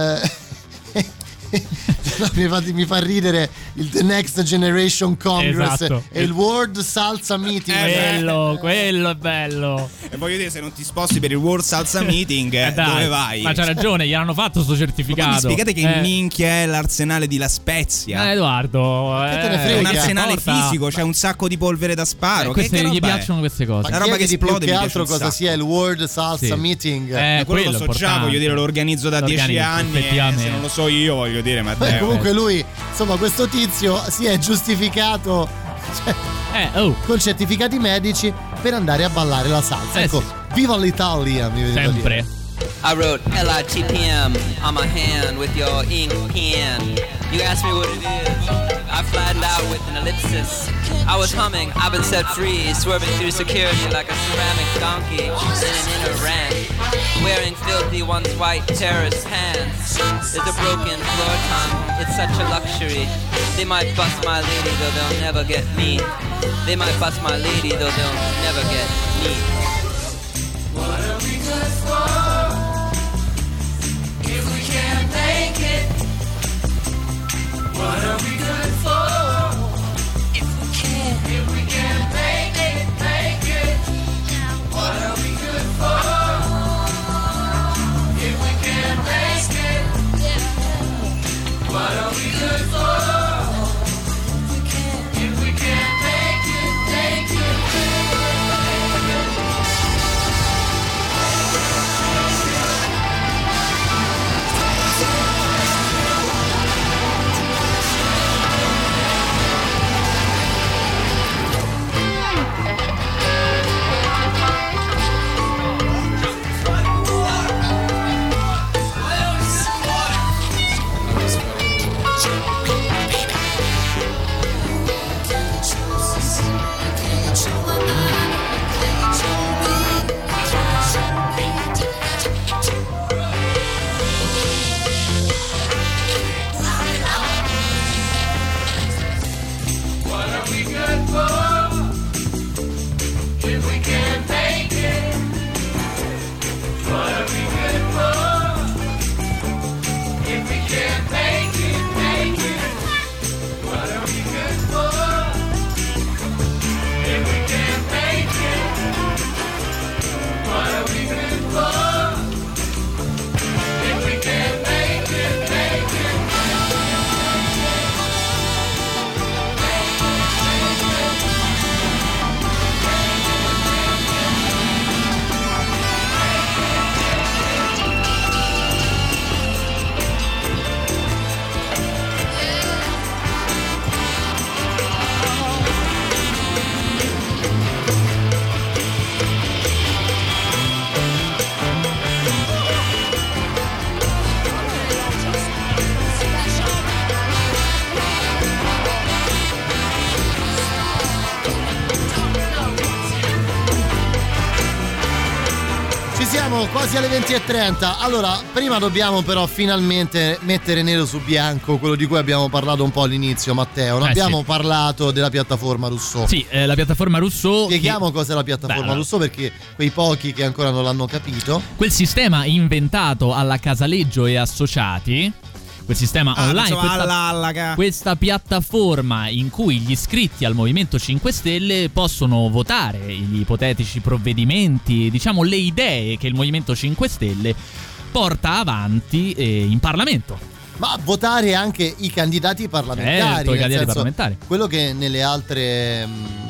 Mi fa ridere il The Next Generation Congress e il World Salsa Meeting. Quello è bello. E voglio dire, se non ti sposti per il World Salsa Meeting, dove vai? Ma c'ha ragione, gli hanno fatto sto certificato. Ma spiegate che minchia è l'arsenale di La Spezia. Edoardo, è un arsenale fisico, c'è un sacco di polvere da sparo. Gli piacciono queste cose. La roba che esplode, più che altro cosa sia il World Salsa Meeting. Quello lo so già, voglio dire, lo organizzo da 10 anni. Se non lo so io, voglio dire, Matteo. Comunque lui, insomma, questo tizio si è giustificato con certificati medici per andare a ballare la salsa. Ecco, viva l'Italia, mi viene sempre. I wrote LITPM on my hand with your ink pen. You asked me what it is. I flattened out with an ellipsis. I was humming, I've been set free, swerving through security like a ceramic donkey in an inner ranch, wearing filthy once white terrorist pants. There's a broken floor tom, it's such a luxury. They might bust my lady, though they'll never get me. They might bust my lady, though they'll never get me. What are we good for? If we can't make it, what are we good for? If we can't make it, what are we good for? If we can't make it, what are we good for? If we can't make it, Siamo quasi alle 20:30. Allora, prima dobbiamo però finalmente mettere nero su bianco quello di cui abbiamo parlato un po' all'inizio, Matteo. Non abbiamo parlato della piattaforma Rousseau. Sì, la piattaforma Rousseau. Spieghiamo cos'è la piattaforma Rousseau, perché quei pochi che ancora non l'hanno capito. Quel sistema inventato alla Casaleggio e Associati, quel sistema online, questa piattaforma in cui gli iscritti al Movimento 5 Stelle possono votare gli ipotetici provvedimenti, diciamo le idee che il Movimento 5 Stelle porta avanti in Parlamento. Ma votare anche i candidati parlamentari. Certo, i candidati parlamentari. Quello che nelle altre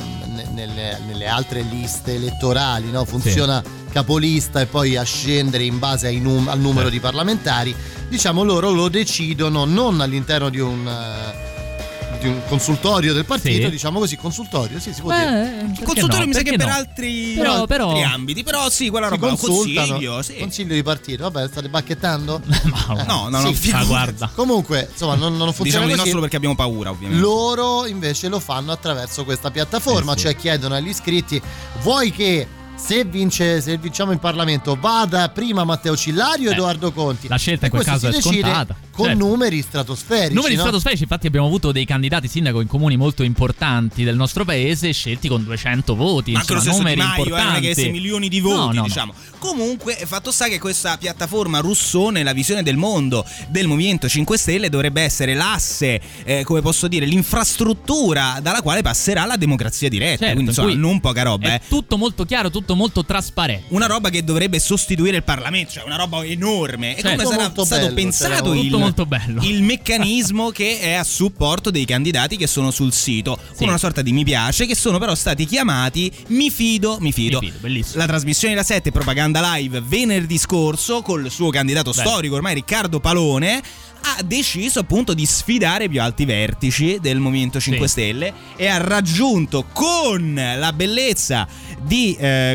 liste elettorali, no, funziona capolista e poi a scendere in base al numero di parlamentari. Diciamo, loro lo decidono non all'interno di un consultorio del partito, diciamo così, consultorio, sì, si può dire. Consultorio mi sa che per altri ambiti, però sì, quella roba, consiglio, consiglio di partito. Vabbè, state bacchettando? No, guarda. Comunque, insomma, non funziona diciamo così. di no solo perché abbiamo paura, ovviamente. Loro invece lo fanno attraverso questa piattaforma, cioè chiedono agli iscritti: vuoi che se vinciamo in Parlamento vada prima Matteo Cillario o Edoardo Conti? La scelta in quel caso è scontata. Con numeri stratosferici. Stratosferici, infatti abbiamo avuto dei candidati sindaco in comuni molto importanti del nostro paese scelti con 200 voti. Ma anche lo stesso Di Maio, non è che 6 milioni di voti, diciamo. No. Comunque, fatto sta che questa piattaforma Rousseau, nella visione del mondo del Movimento 5 Stelle, dovrebbe essere l'asse, come posso dire, l'infrastruttura dalla quale passerà la democrazia diretta. Certo, quindi insomma, non poca roba. È tutto molto chiaro, tutto molto trasparente. Una roba che dovrebbe sostituire il Parlamento, cioè una roba enorme. E come sarà stato pensato molto bello. Il meccanismo che è a supporto dei candidati che sono sul sito, con una sorta di mi piace, che sono però stati chiamati Mi fido. Bellissimo. La trasmissione da 7 Propaganda Live venerdì scorso col suo candidato storico ormai Riccardo Palone ha deciso appunto di sfidare i più alti vertici del Movimento 5 Stelle e ha raggiunto con la bellezza di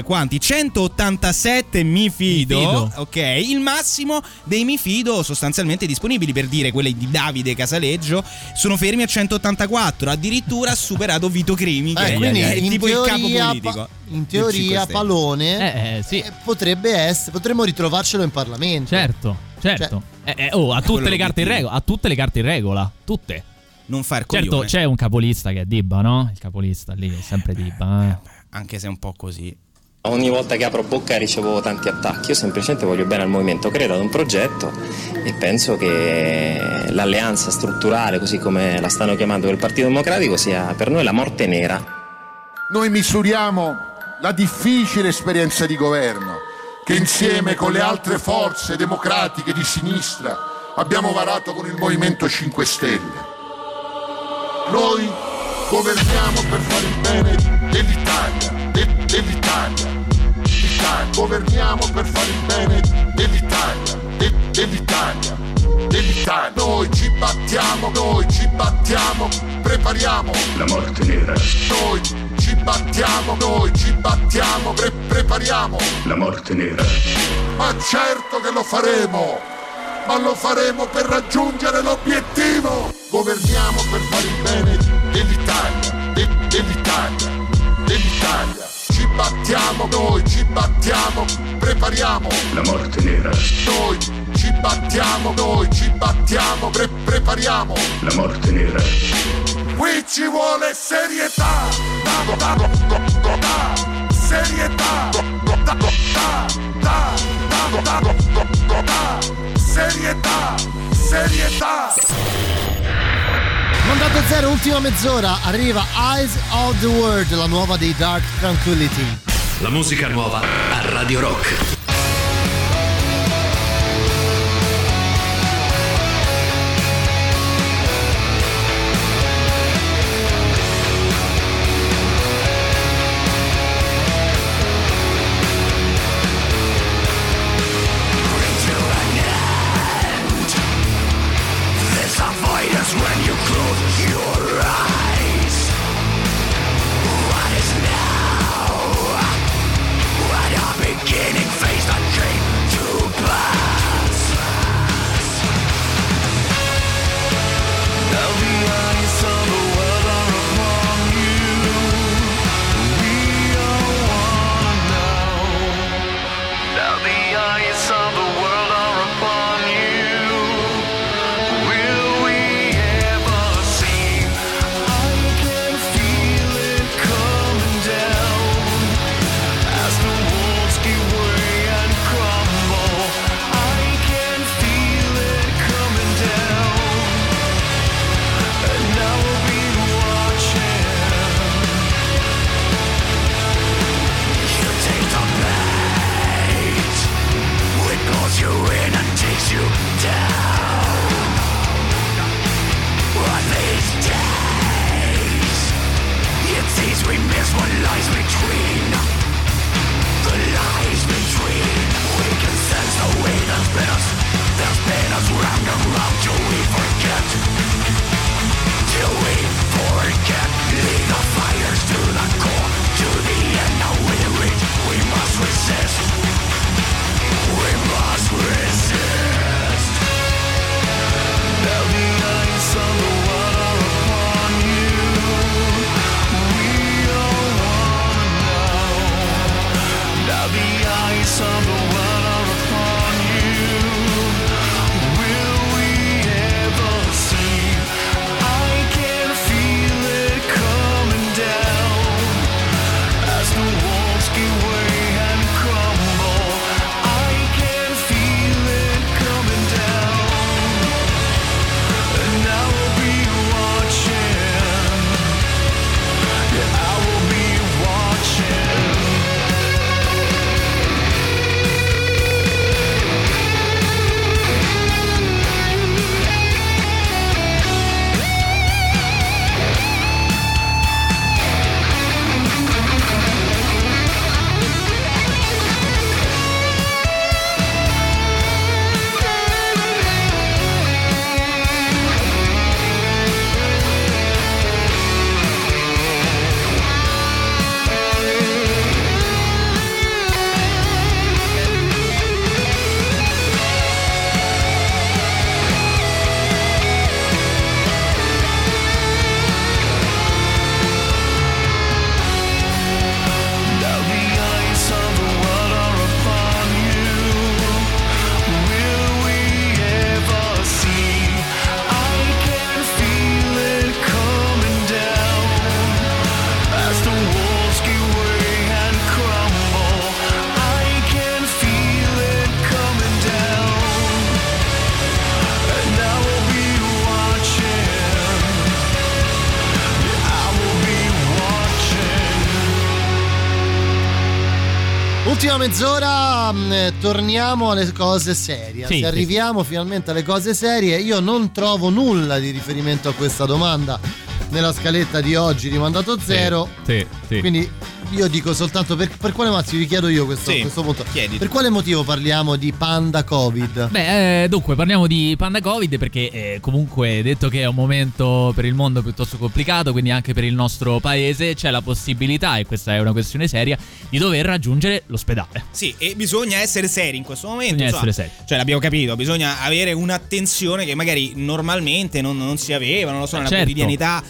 187 mi fido, ok, il massimo dei mi fido sostanzialmente disponibili. Per dire, quelli di Davide Casaleggio sono fermi a 184, addirittura ha superato Vito Crimi, che è tipo il capo politico. In teoria Palone potremmo ritrovarcelo in Parlamento. Certo. Ha tutte le carte in regola, tutte. Non far coglione. Certo, c'è un capolista che è Dibba, no? Il capolista lì è sempre Dibba, anche se è un po' così. Ogni volta che apro bocca ricevo tanti attacchi. Io semplicemente voglio bene al movimento, credo ad un progetto e penso che l'alleanza strutturale, così come la stanno chiamando del Partito Democratico, sia per noi la morte nera. Noi misuriamo la difficile esperienza di governo che insieme con le altre forze democratiche di sinistra abbiamo varato con il Movimento 5 Stelle. Noi governiamo per fare il bene dell'Italia. Governiamo per fare il bene dell'Italia. Noi ci battiamo, prepariamo la morte nera. Noi ci battiamo, prepariamo la morte nera. Ma certo che lo faremo, ma lo faremo per raggiungere l'obiettivo. Governiamo per fare il bene dell'Italia. Ci battiamo, prepariamo la morte nera. Noi ci battiamo, prepariamo la morte nera. Qui ci vuole serietà, serietà. Mandato zero, ultima mezz'ora, arriva Eyes of the World, la nuova dei Dark Tranquillity. La musica nuova a Radio Rock. When you close your eyes, what is now? What a beginning face. Ultima mezz'ora, torniamo alle cose serie. Sì, Se arriviamo finalmente alle cose serie, io non trovo nulla di riferimento a questa domanda nella scaletta di oggi di Mandato Zero. Sì. Quindi io dico soltanto per quale motivo, vi chiedo io questo punto. Chiediti. Per quale motivo parliamo di Panda Covid? Dunque parliamo di Panda Covid perché comunque, detto che è un momento per il mondo piuttosto complicato, quindi anche per il nostro paese c'è la possibilità, e questa è una questione seria, di dover raggiungere l'ospedale. Sì, e bisogna essere seri in questo momento. Bisogna essere seri. Cioè, l'abbiamo capito, bisogna avere un'attenzione che magari normalmente non si aveva, non lo so, nella quotidianità.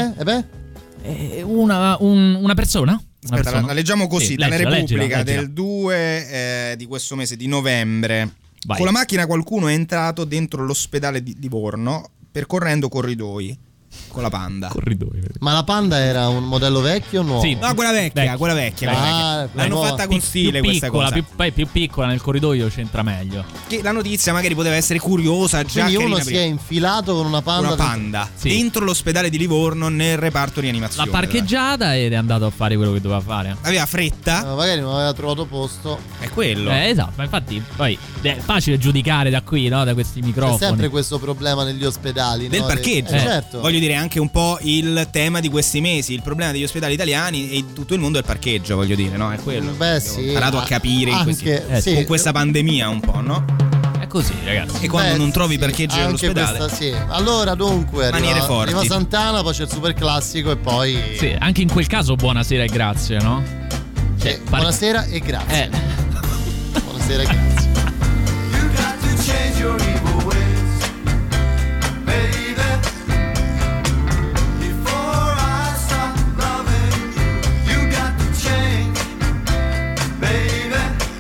Una persona? Aspetta, la leggiamo così, sì, dalla Repubblica leggila. del 2 di questo mese di novembre. Vai. Con la macchina qualcuno è entrato dentro l'ospedale di Livorno percorrendo corridoi con la Panda. Ma la Panda era un modello vecchio o nuovo? Sì. No, quella vecchia. L'hanno fatta con stile questa piccola, cosa. più piccola nel corridoio c'entra meglio. Che la notizia magari poteva essere curiosa, già. Quindi uno carina si prima. è infilato con una Panda, dentro l'ospedale di Livorno nel reparto rianimazione. L'ha parcheggiata ed è andato a fare quello che doveva fare. Aveva fretta. Magari non aveva trovato posto. È quello. Esatto, ma infatti poi è facile giudicare da qui, no? Da questi microfoni. C'è sempre questo problema negli ospedali, del no? parcheggio. Certo. Voglio dire, anche un po' il tema di questi mesi, il problema degli ospedali italiani e di tutto il mondo è il parcheggio, voglio dire, no? È quello. Beh, sì. Ho imparato a capire con questa pandemia un po', no? È così, ragazzi. E quando non trovi parcheggio all'ospedale. Questa, sì. Allora, dunque, arriva Sant'Ana, poi c'è il super classico e poi. Sì, anche in quel caso buonasera e grazie, no? Buonasera e grazie. Buonasera e grazie. You got to change your evil ways, baby. Before I stop loving you, you got to change, baby.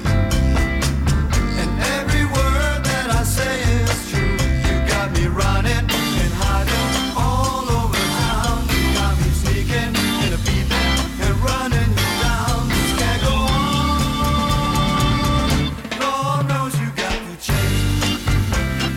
And every word that I say is true. You got me running and hiding all over town. You got me sneaking and peeping and running you down. This can't go on. Lord knows you got to change.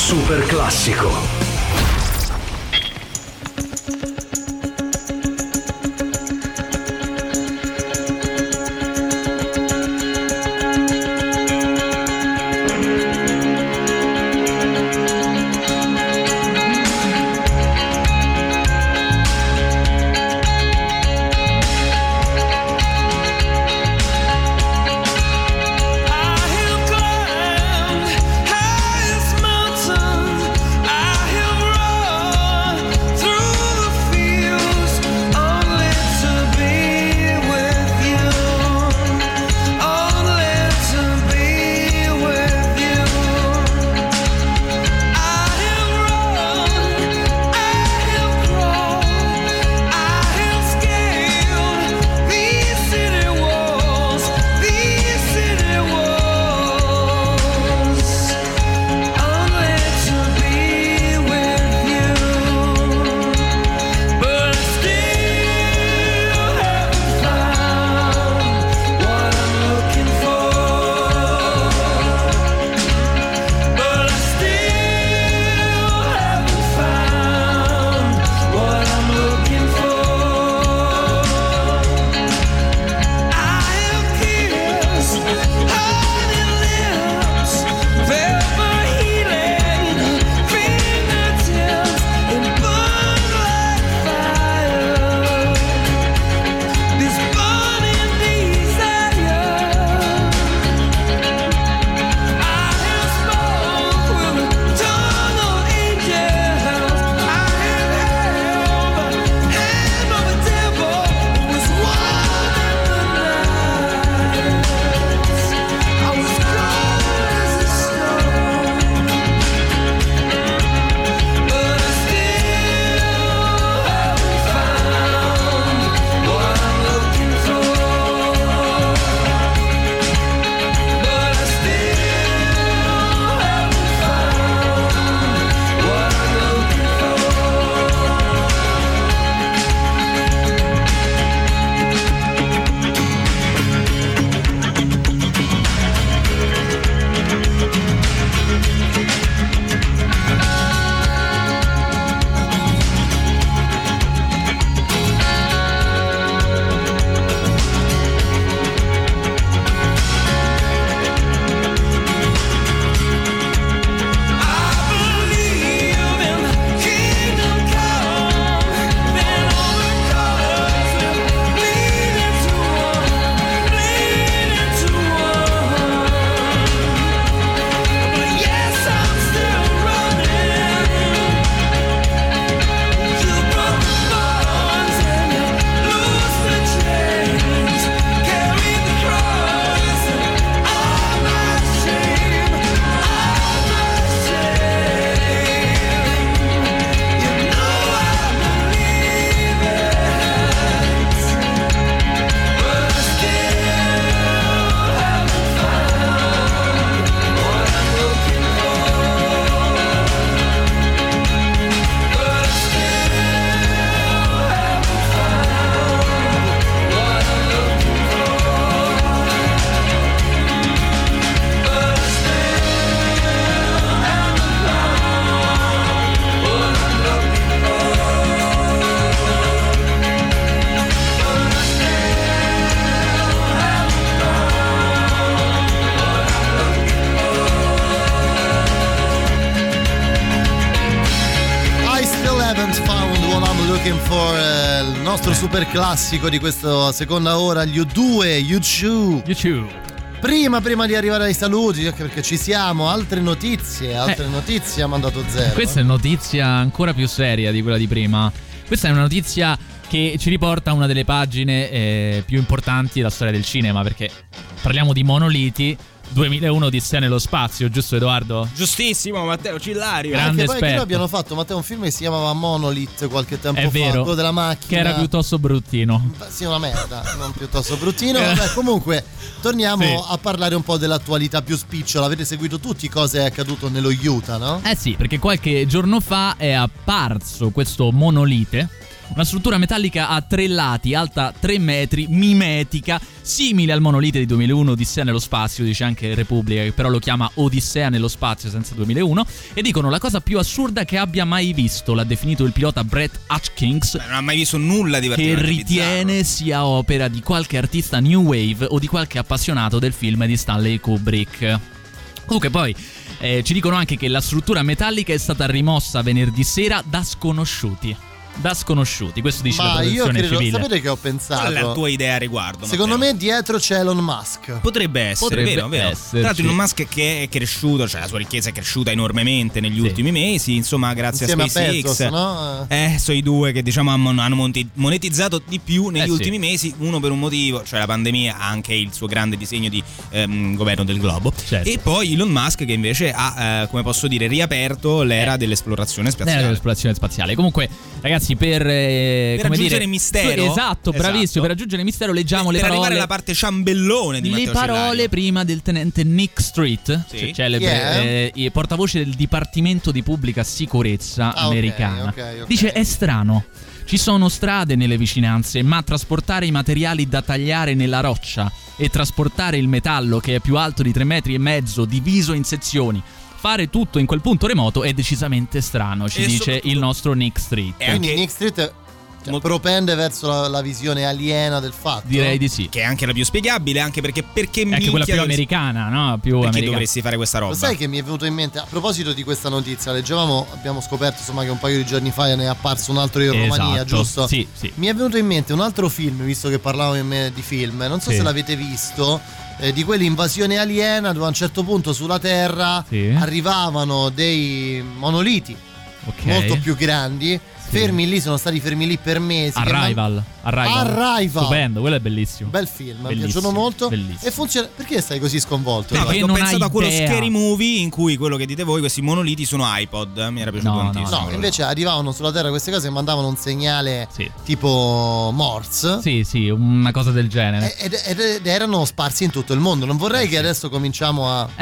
super classico. Il nostro super classico di questa seconda ora, gli U2. Prima di arrivare ai saluti, anche perché ci siamo, altre notizie ha mandato Zero. Questa è notizia ancora più seria di quella di prima. Questa è una notizia che ci riporta a una delle pagine più importanti della storia del cinema, perché parliamo di monoliti. 2001 Odissea nello spazio, giusto Edoardo? Giustissimo, Matteo Cillario. Grande esperto. Poi abbiamo fatto, Matteo, un film che si chiamava Monolith qualche tempo fa, quello della macchina, che era piuttosto bruttino. Sì, una merda, non piuttosto bruttino. Vabbè, comunque torniamo a parlare un po' dell'attualità più spicciola. Avete seguito tutti cosa è accaduto nello Utah, no? Sì, perché qualche giorno fa è apparso questo monolite una struttura metallica a 3 lati, alta 3 metri, mimetica, simile al monolite di 2001 Odissea nello spazio, dice anche Repubblica, che però lo chiama Odissea nello spazio senza 2001, e dicono la cosa più assurda che abbia mai visto, l'ha definito il pilota Brett Hutchings. Non ha mai visto nulla di particolare, che ritiene bizzarro. sia opera di qualche artista new wave o di qualche appassionato del film di Stanley Kubrick. Comunque poi ci dicono anche che la struttura metallica è stata rimossa venerdì sera da sconosciuti. Questo dice la protezione civile. Sapete che ho pensato? Qual è la tua idea a riguardo? Secondo me dietro c'è Elon Musk. Potrebbe essere, vero. Tra l'altro Elon Musk che è cresciuto, cioè la sua ricchezza è cresciuta enormemente negli ultimi mesi, insomma, grazie insieme a SpaceX. A Bezos, no? Sono i due che diciamo hanno monetizzato di più negli ultimi mesi, uno per un motivo, cioè la pandemia, anche il suo grande disegno di governo del globo, e poi Elon Musk che invece ha, come posso dire, riaperto l'era dell'esplorazione spaziale. Comunque, ragazzi, per aggiungere mistero, esatto, bravissimo, per aggiungere mistero leggiamo le parole, arrivare alla parte ciambellone di Matteo le parole Cellario. Prima del tenente Nick Street, celebre portavoce del Dipartimento di Pubblica Sicurezza americana. Okay. Dice: è strano, ci sono strade nelle vicinanze, ma trasportare i materiali da tagliare nella roccia e trasportare il metallo che è più alto di 3,5 metri diviso in sezioni, fare tutto in quel punto remoto è decisamente strano, ci dice il nostro Nick Street. E quindi Nick Street propende verso la visione aliena del fatto. Direi di sì. Che è anche la più spiegabile, anche perché è anche quella più americana, no? Perché dovresti fare questa roba? Lo sai che mi è venuto in mente, a proposito di questa notizia, abbiamo scoperto insomma che un paio di giorni fa ne è apparso un altro in Romania, giusto? Sì. Mi è venuto in mente un altro film, visto che parlavamo di film, non so se l'avete visto, di quell'invasione aliena dove a un certo punto sulla Terra arrivavano dei monoliti molto più grandi. Sono stati fermi lì per mesi. Arrival. Stupendo, quello è bellissimo. Bel film, mi piacciono molto. Bellissimo. E funziona. Perché stai così sconvolto? No, perché ho pensato a quello Scary Movie in cui quello che dite voi, questi monoliti sono iPod. Mi era piaciuto tantissimo. No, invece arrivavano sulla Terra queste cose e mandavano un segnale tipo Morse. Sì, una cosa del genere. Ed erano sparsi in tutto il mondo. Non vorrei che adesso cominciamo a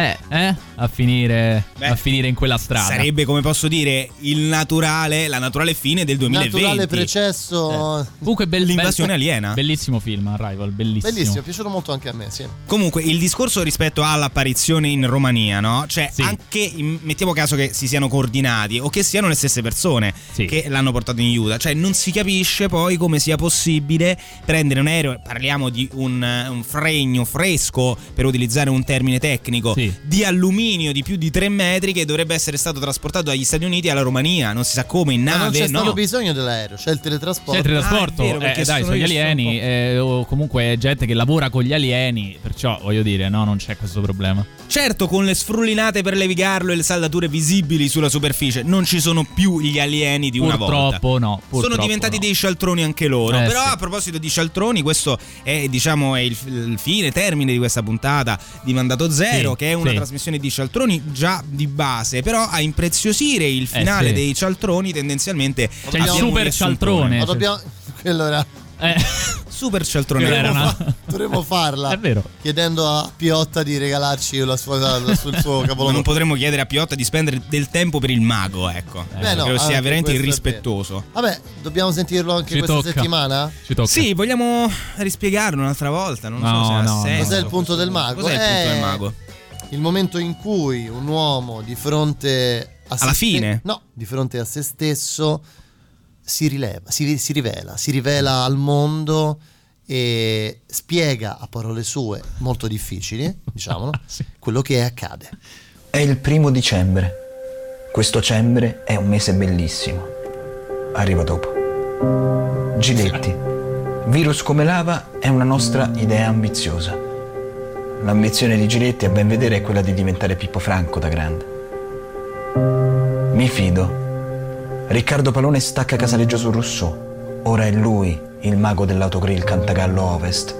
finire in quella strada. Sarebbe, come posso dire, la naturale fine del 2020. Naturale precesso. Comunque l'invasione aliena. Bellissimo film, Arrival, bellissimo. Bellissimo, è piaciuto molto anche a me, sì. Comunque il discorso rispetto all'apparizione in Romania, no? Cioè anche mettiamo caso che si siano coordinati o che siano le stesse persone che l'hanno portato in Utah, cioè non si capisce poi come sia possibile prendere un aereo, parliamo di un fregno fresco, per utilizzare un termine tecnico, di alluminio di più di 3 metri che dovrebbe essere stato trasportato dagli Stati Uniti alla Romania, non si sa come, in nave. Ma non c'è stato bisogno dell'aereo, c'è il teletrasporto. Perché sono gli alieni, o comunque gente che lavora con gli alieni, perciò voglio dire, no, non c'è questo problema. Certo, con le sfrullinate per levigarlo e le saldature visibili sulla superficie non ci sono più gli alieni di una volta. Purtroppo sono diventati dei cialtroni anche loro. Però a proposito di cialtroni, questo è il termine di questa puntata di Mandato Zero, che è una trasmissione di cialtroni già di base, però a impreziosire il finale dei cialtroni tendenzialmente c'è il super cialtrone. Ma dobbiamo quello era super cialtrone. Dovremmo farla. È vero. Chiedendo a Piotta di regalarci il suo capolavoro. Ma non potremmo chiedere a Piotta di spendere del tempo per il mago, ecco. Credo sia veramente irrispettoso. Vabbè, dobbiamo sentirlo anche questa settimana? Ci tocca. Sì, vogliamo rispiegarlo un'altra volta? Non so se ha senso. Cos'è il punto del mago? Cos'è il punto del mago? Il momento in cui un uomo di fronte a di fronte a se stesso si rivela al mondo e spiega a parole sue molto difficili, diciamolo, quello che accade. È il 1° dicembre. Questo dicembre è un mese bellissimo. Arriva dopo. Giletti. Virus come lava è una nostra idea ambiziosa. L'ambizione di Giletti, a ben vedere, è quella di diventare Pippo Franco da grande. Mi fido. Riccardo Palone stacca Casaleggio su Rousseau. Ora è lui il mago dell'autogrill Cantagallo Ovest.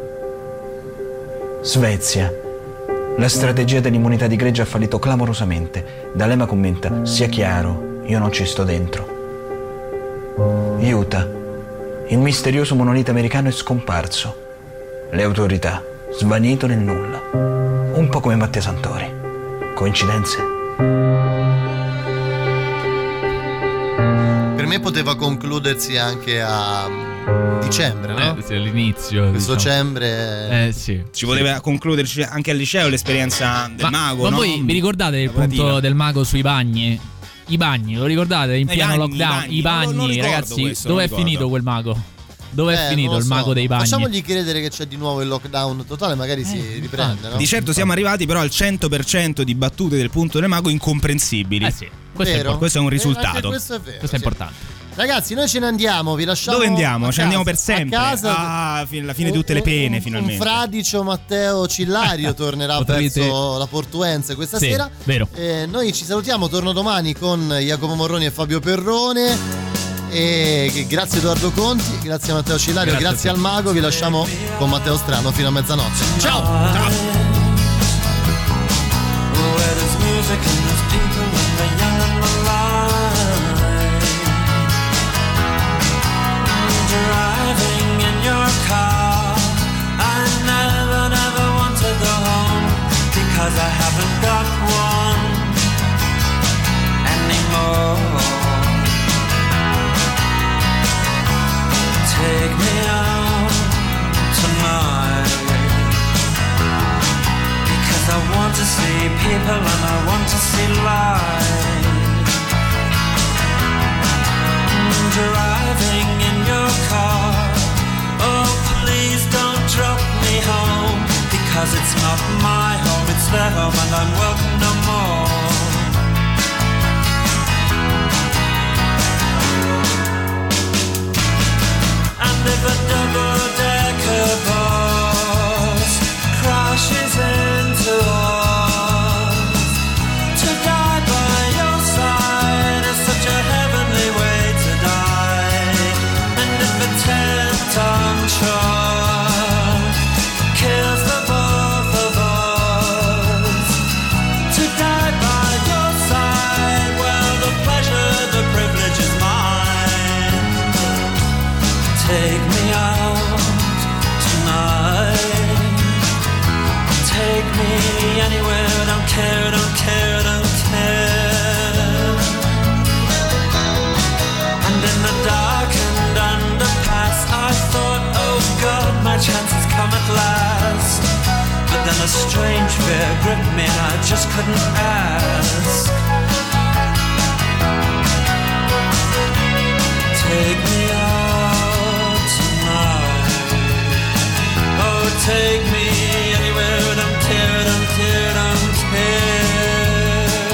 Svezia. La strategia dell'immunità di gregge ha fallito clamorosamente. D'Alema commenta: sia chiaro, io non ci sto dentro. Utah. Il misterioso monolite americano è scomparso. Le autorità, svanito nel nulla. Un po' come Matteo Santori. Coincidenze? Per me poteva concludersi anche a dicembre, no? Sì, all'inizio. Questo dicembre. Sì. Ci poteva concluderci anche al liceo l'esperienza del mago. Ma no? voi vi ricordate il punto del mago sui bagni? I bagni, lo ricordate? In pieno lockdown? I bagni, ragazzi, dove è finito quel mago? Dove è finito il mago dei bagni? Facciamogli credere che c'è di nuovo il lockdown totale, magari si riprende, no? Di certo siamo arrivati però al 100% di battute del punto del mago incomprensibili. Sì, questo è un risultato. Questo è vero. Questo è importante. Ragazzi, noi ce ne andiamo, vi lasciamo. Dove andiamo? Ce ne andiamo per sempre. A casa. Alla fine di tutte le pene, finalmente. Un fradicio Matteo Cillario tornerà verso la Portuense questa sera. Vero. Noi ci salutiamo, torno domani con Jacopo Morroni e Fabio Perrone. E grazie Edoardo Conti, grazie a Matteo Cillario, grazie al mago. Vi lasciamo con Matteo Strano fino a mezzanotte. Ciao! Ciao! Driving in your car, I never want to go home because I haven't got one anymore. Take me out tonight because I want to see people and I want to see light. Driving in your car, oh please don't drop me home because it's not my home, it's their home and I'm welcome no more. And if a double-decker bus crashes into us, to die by your side is such a heavenly way. 10-ton truck kills the both of us. To die by your side, well the pleasure, the privilege is mine. Take me out tonight. Take me anywhere, don't care, don't care, don't care. And in the darkened underpass I thought, oh God, my chance has come at last. But then a strange fear gripped me and I just couldn't ask. Take me out tonight. Oh, take me anywhere, don't care, don't care, don't care.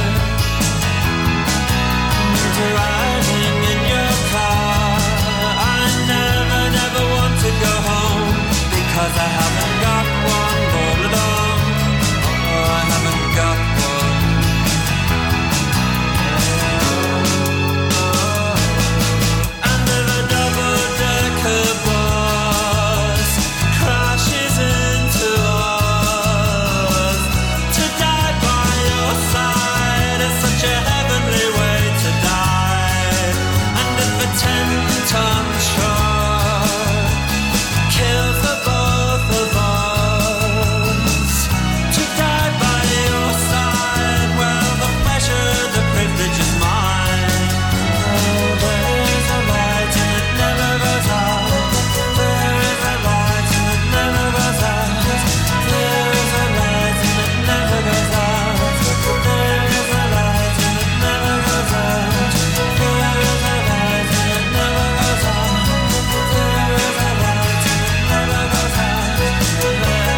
Driving in your car, I never want to go home because I haven't got one. Oh, I haven't got one. And if a double-decker bus crashes into us, to die by your side is such a heavenly way to die. And if a 10-ton truck kills the both of us, to die by your side, well the pleasure, the privilege is mine. Oh, there is a light and it never goes out. There is a light and it never goes out. There is a light and it never goes out. There is a light and it never goes out. There is a light and it never goes out. There is a light and it never goes out. There is a light and it never goes out.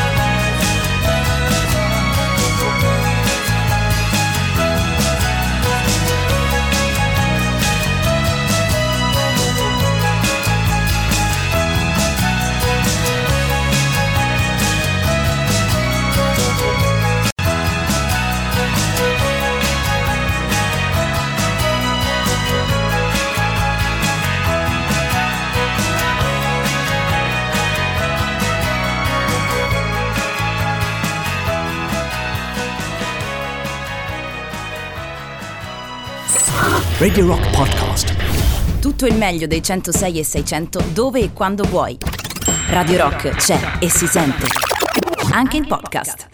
Radio Rock Podcast. Tutto il meglio dei 106 e 600 dove e quando vuoi. Radio Rock c'è e si sente. Anche in podcast.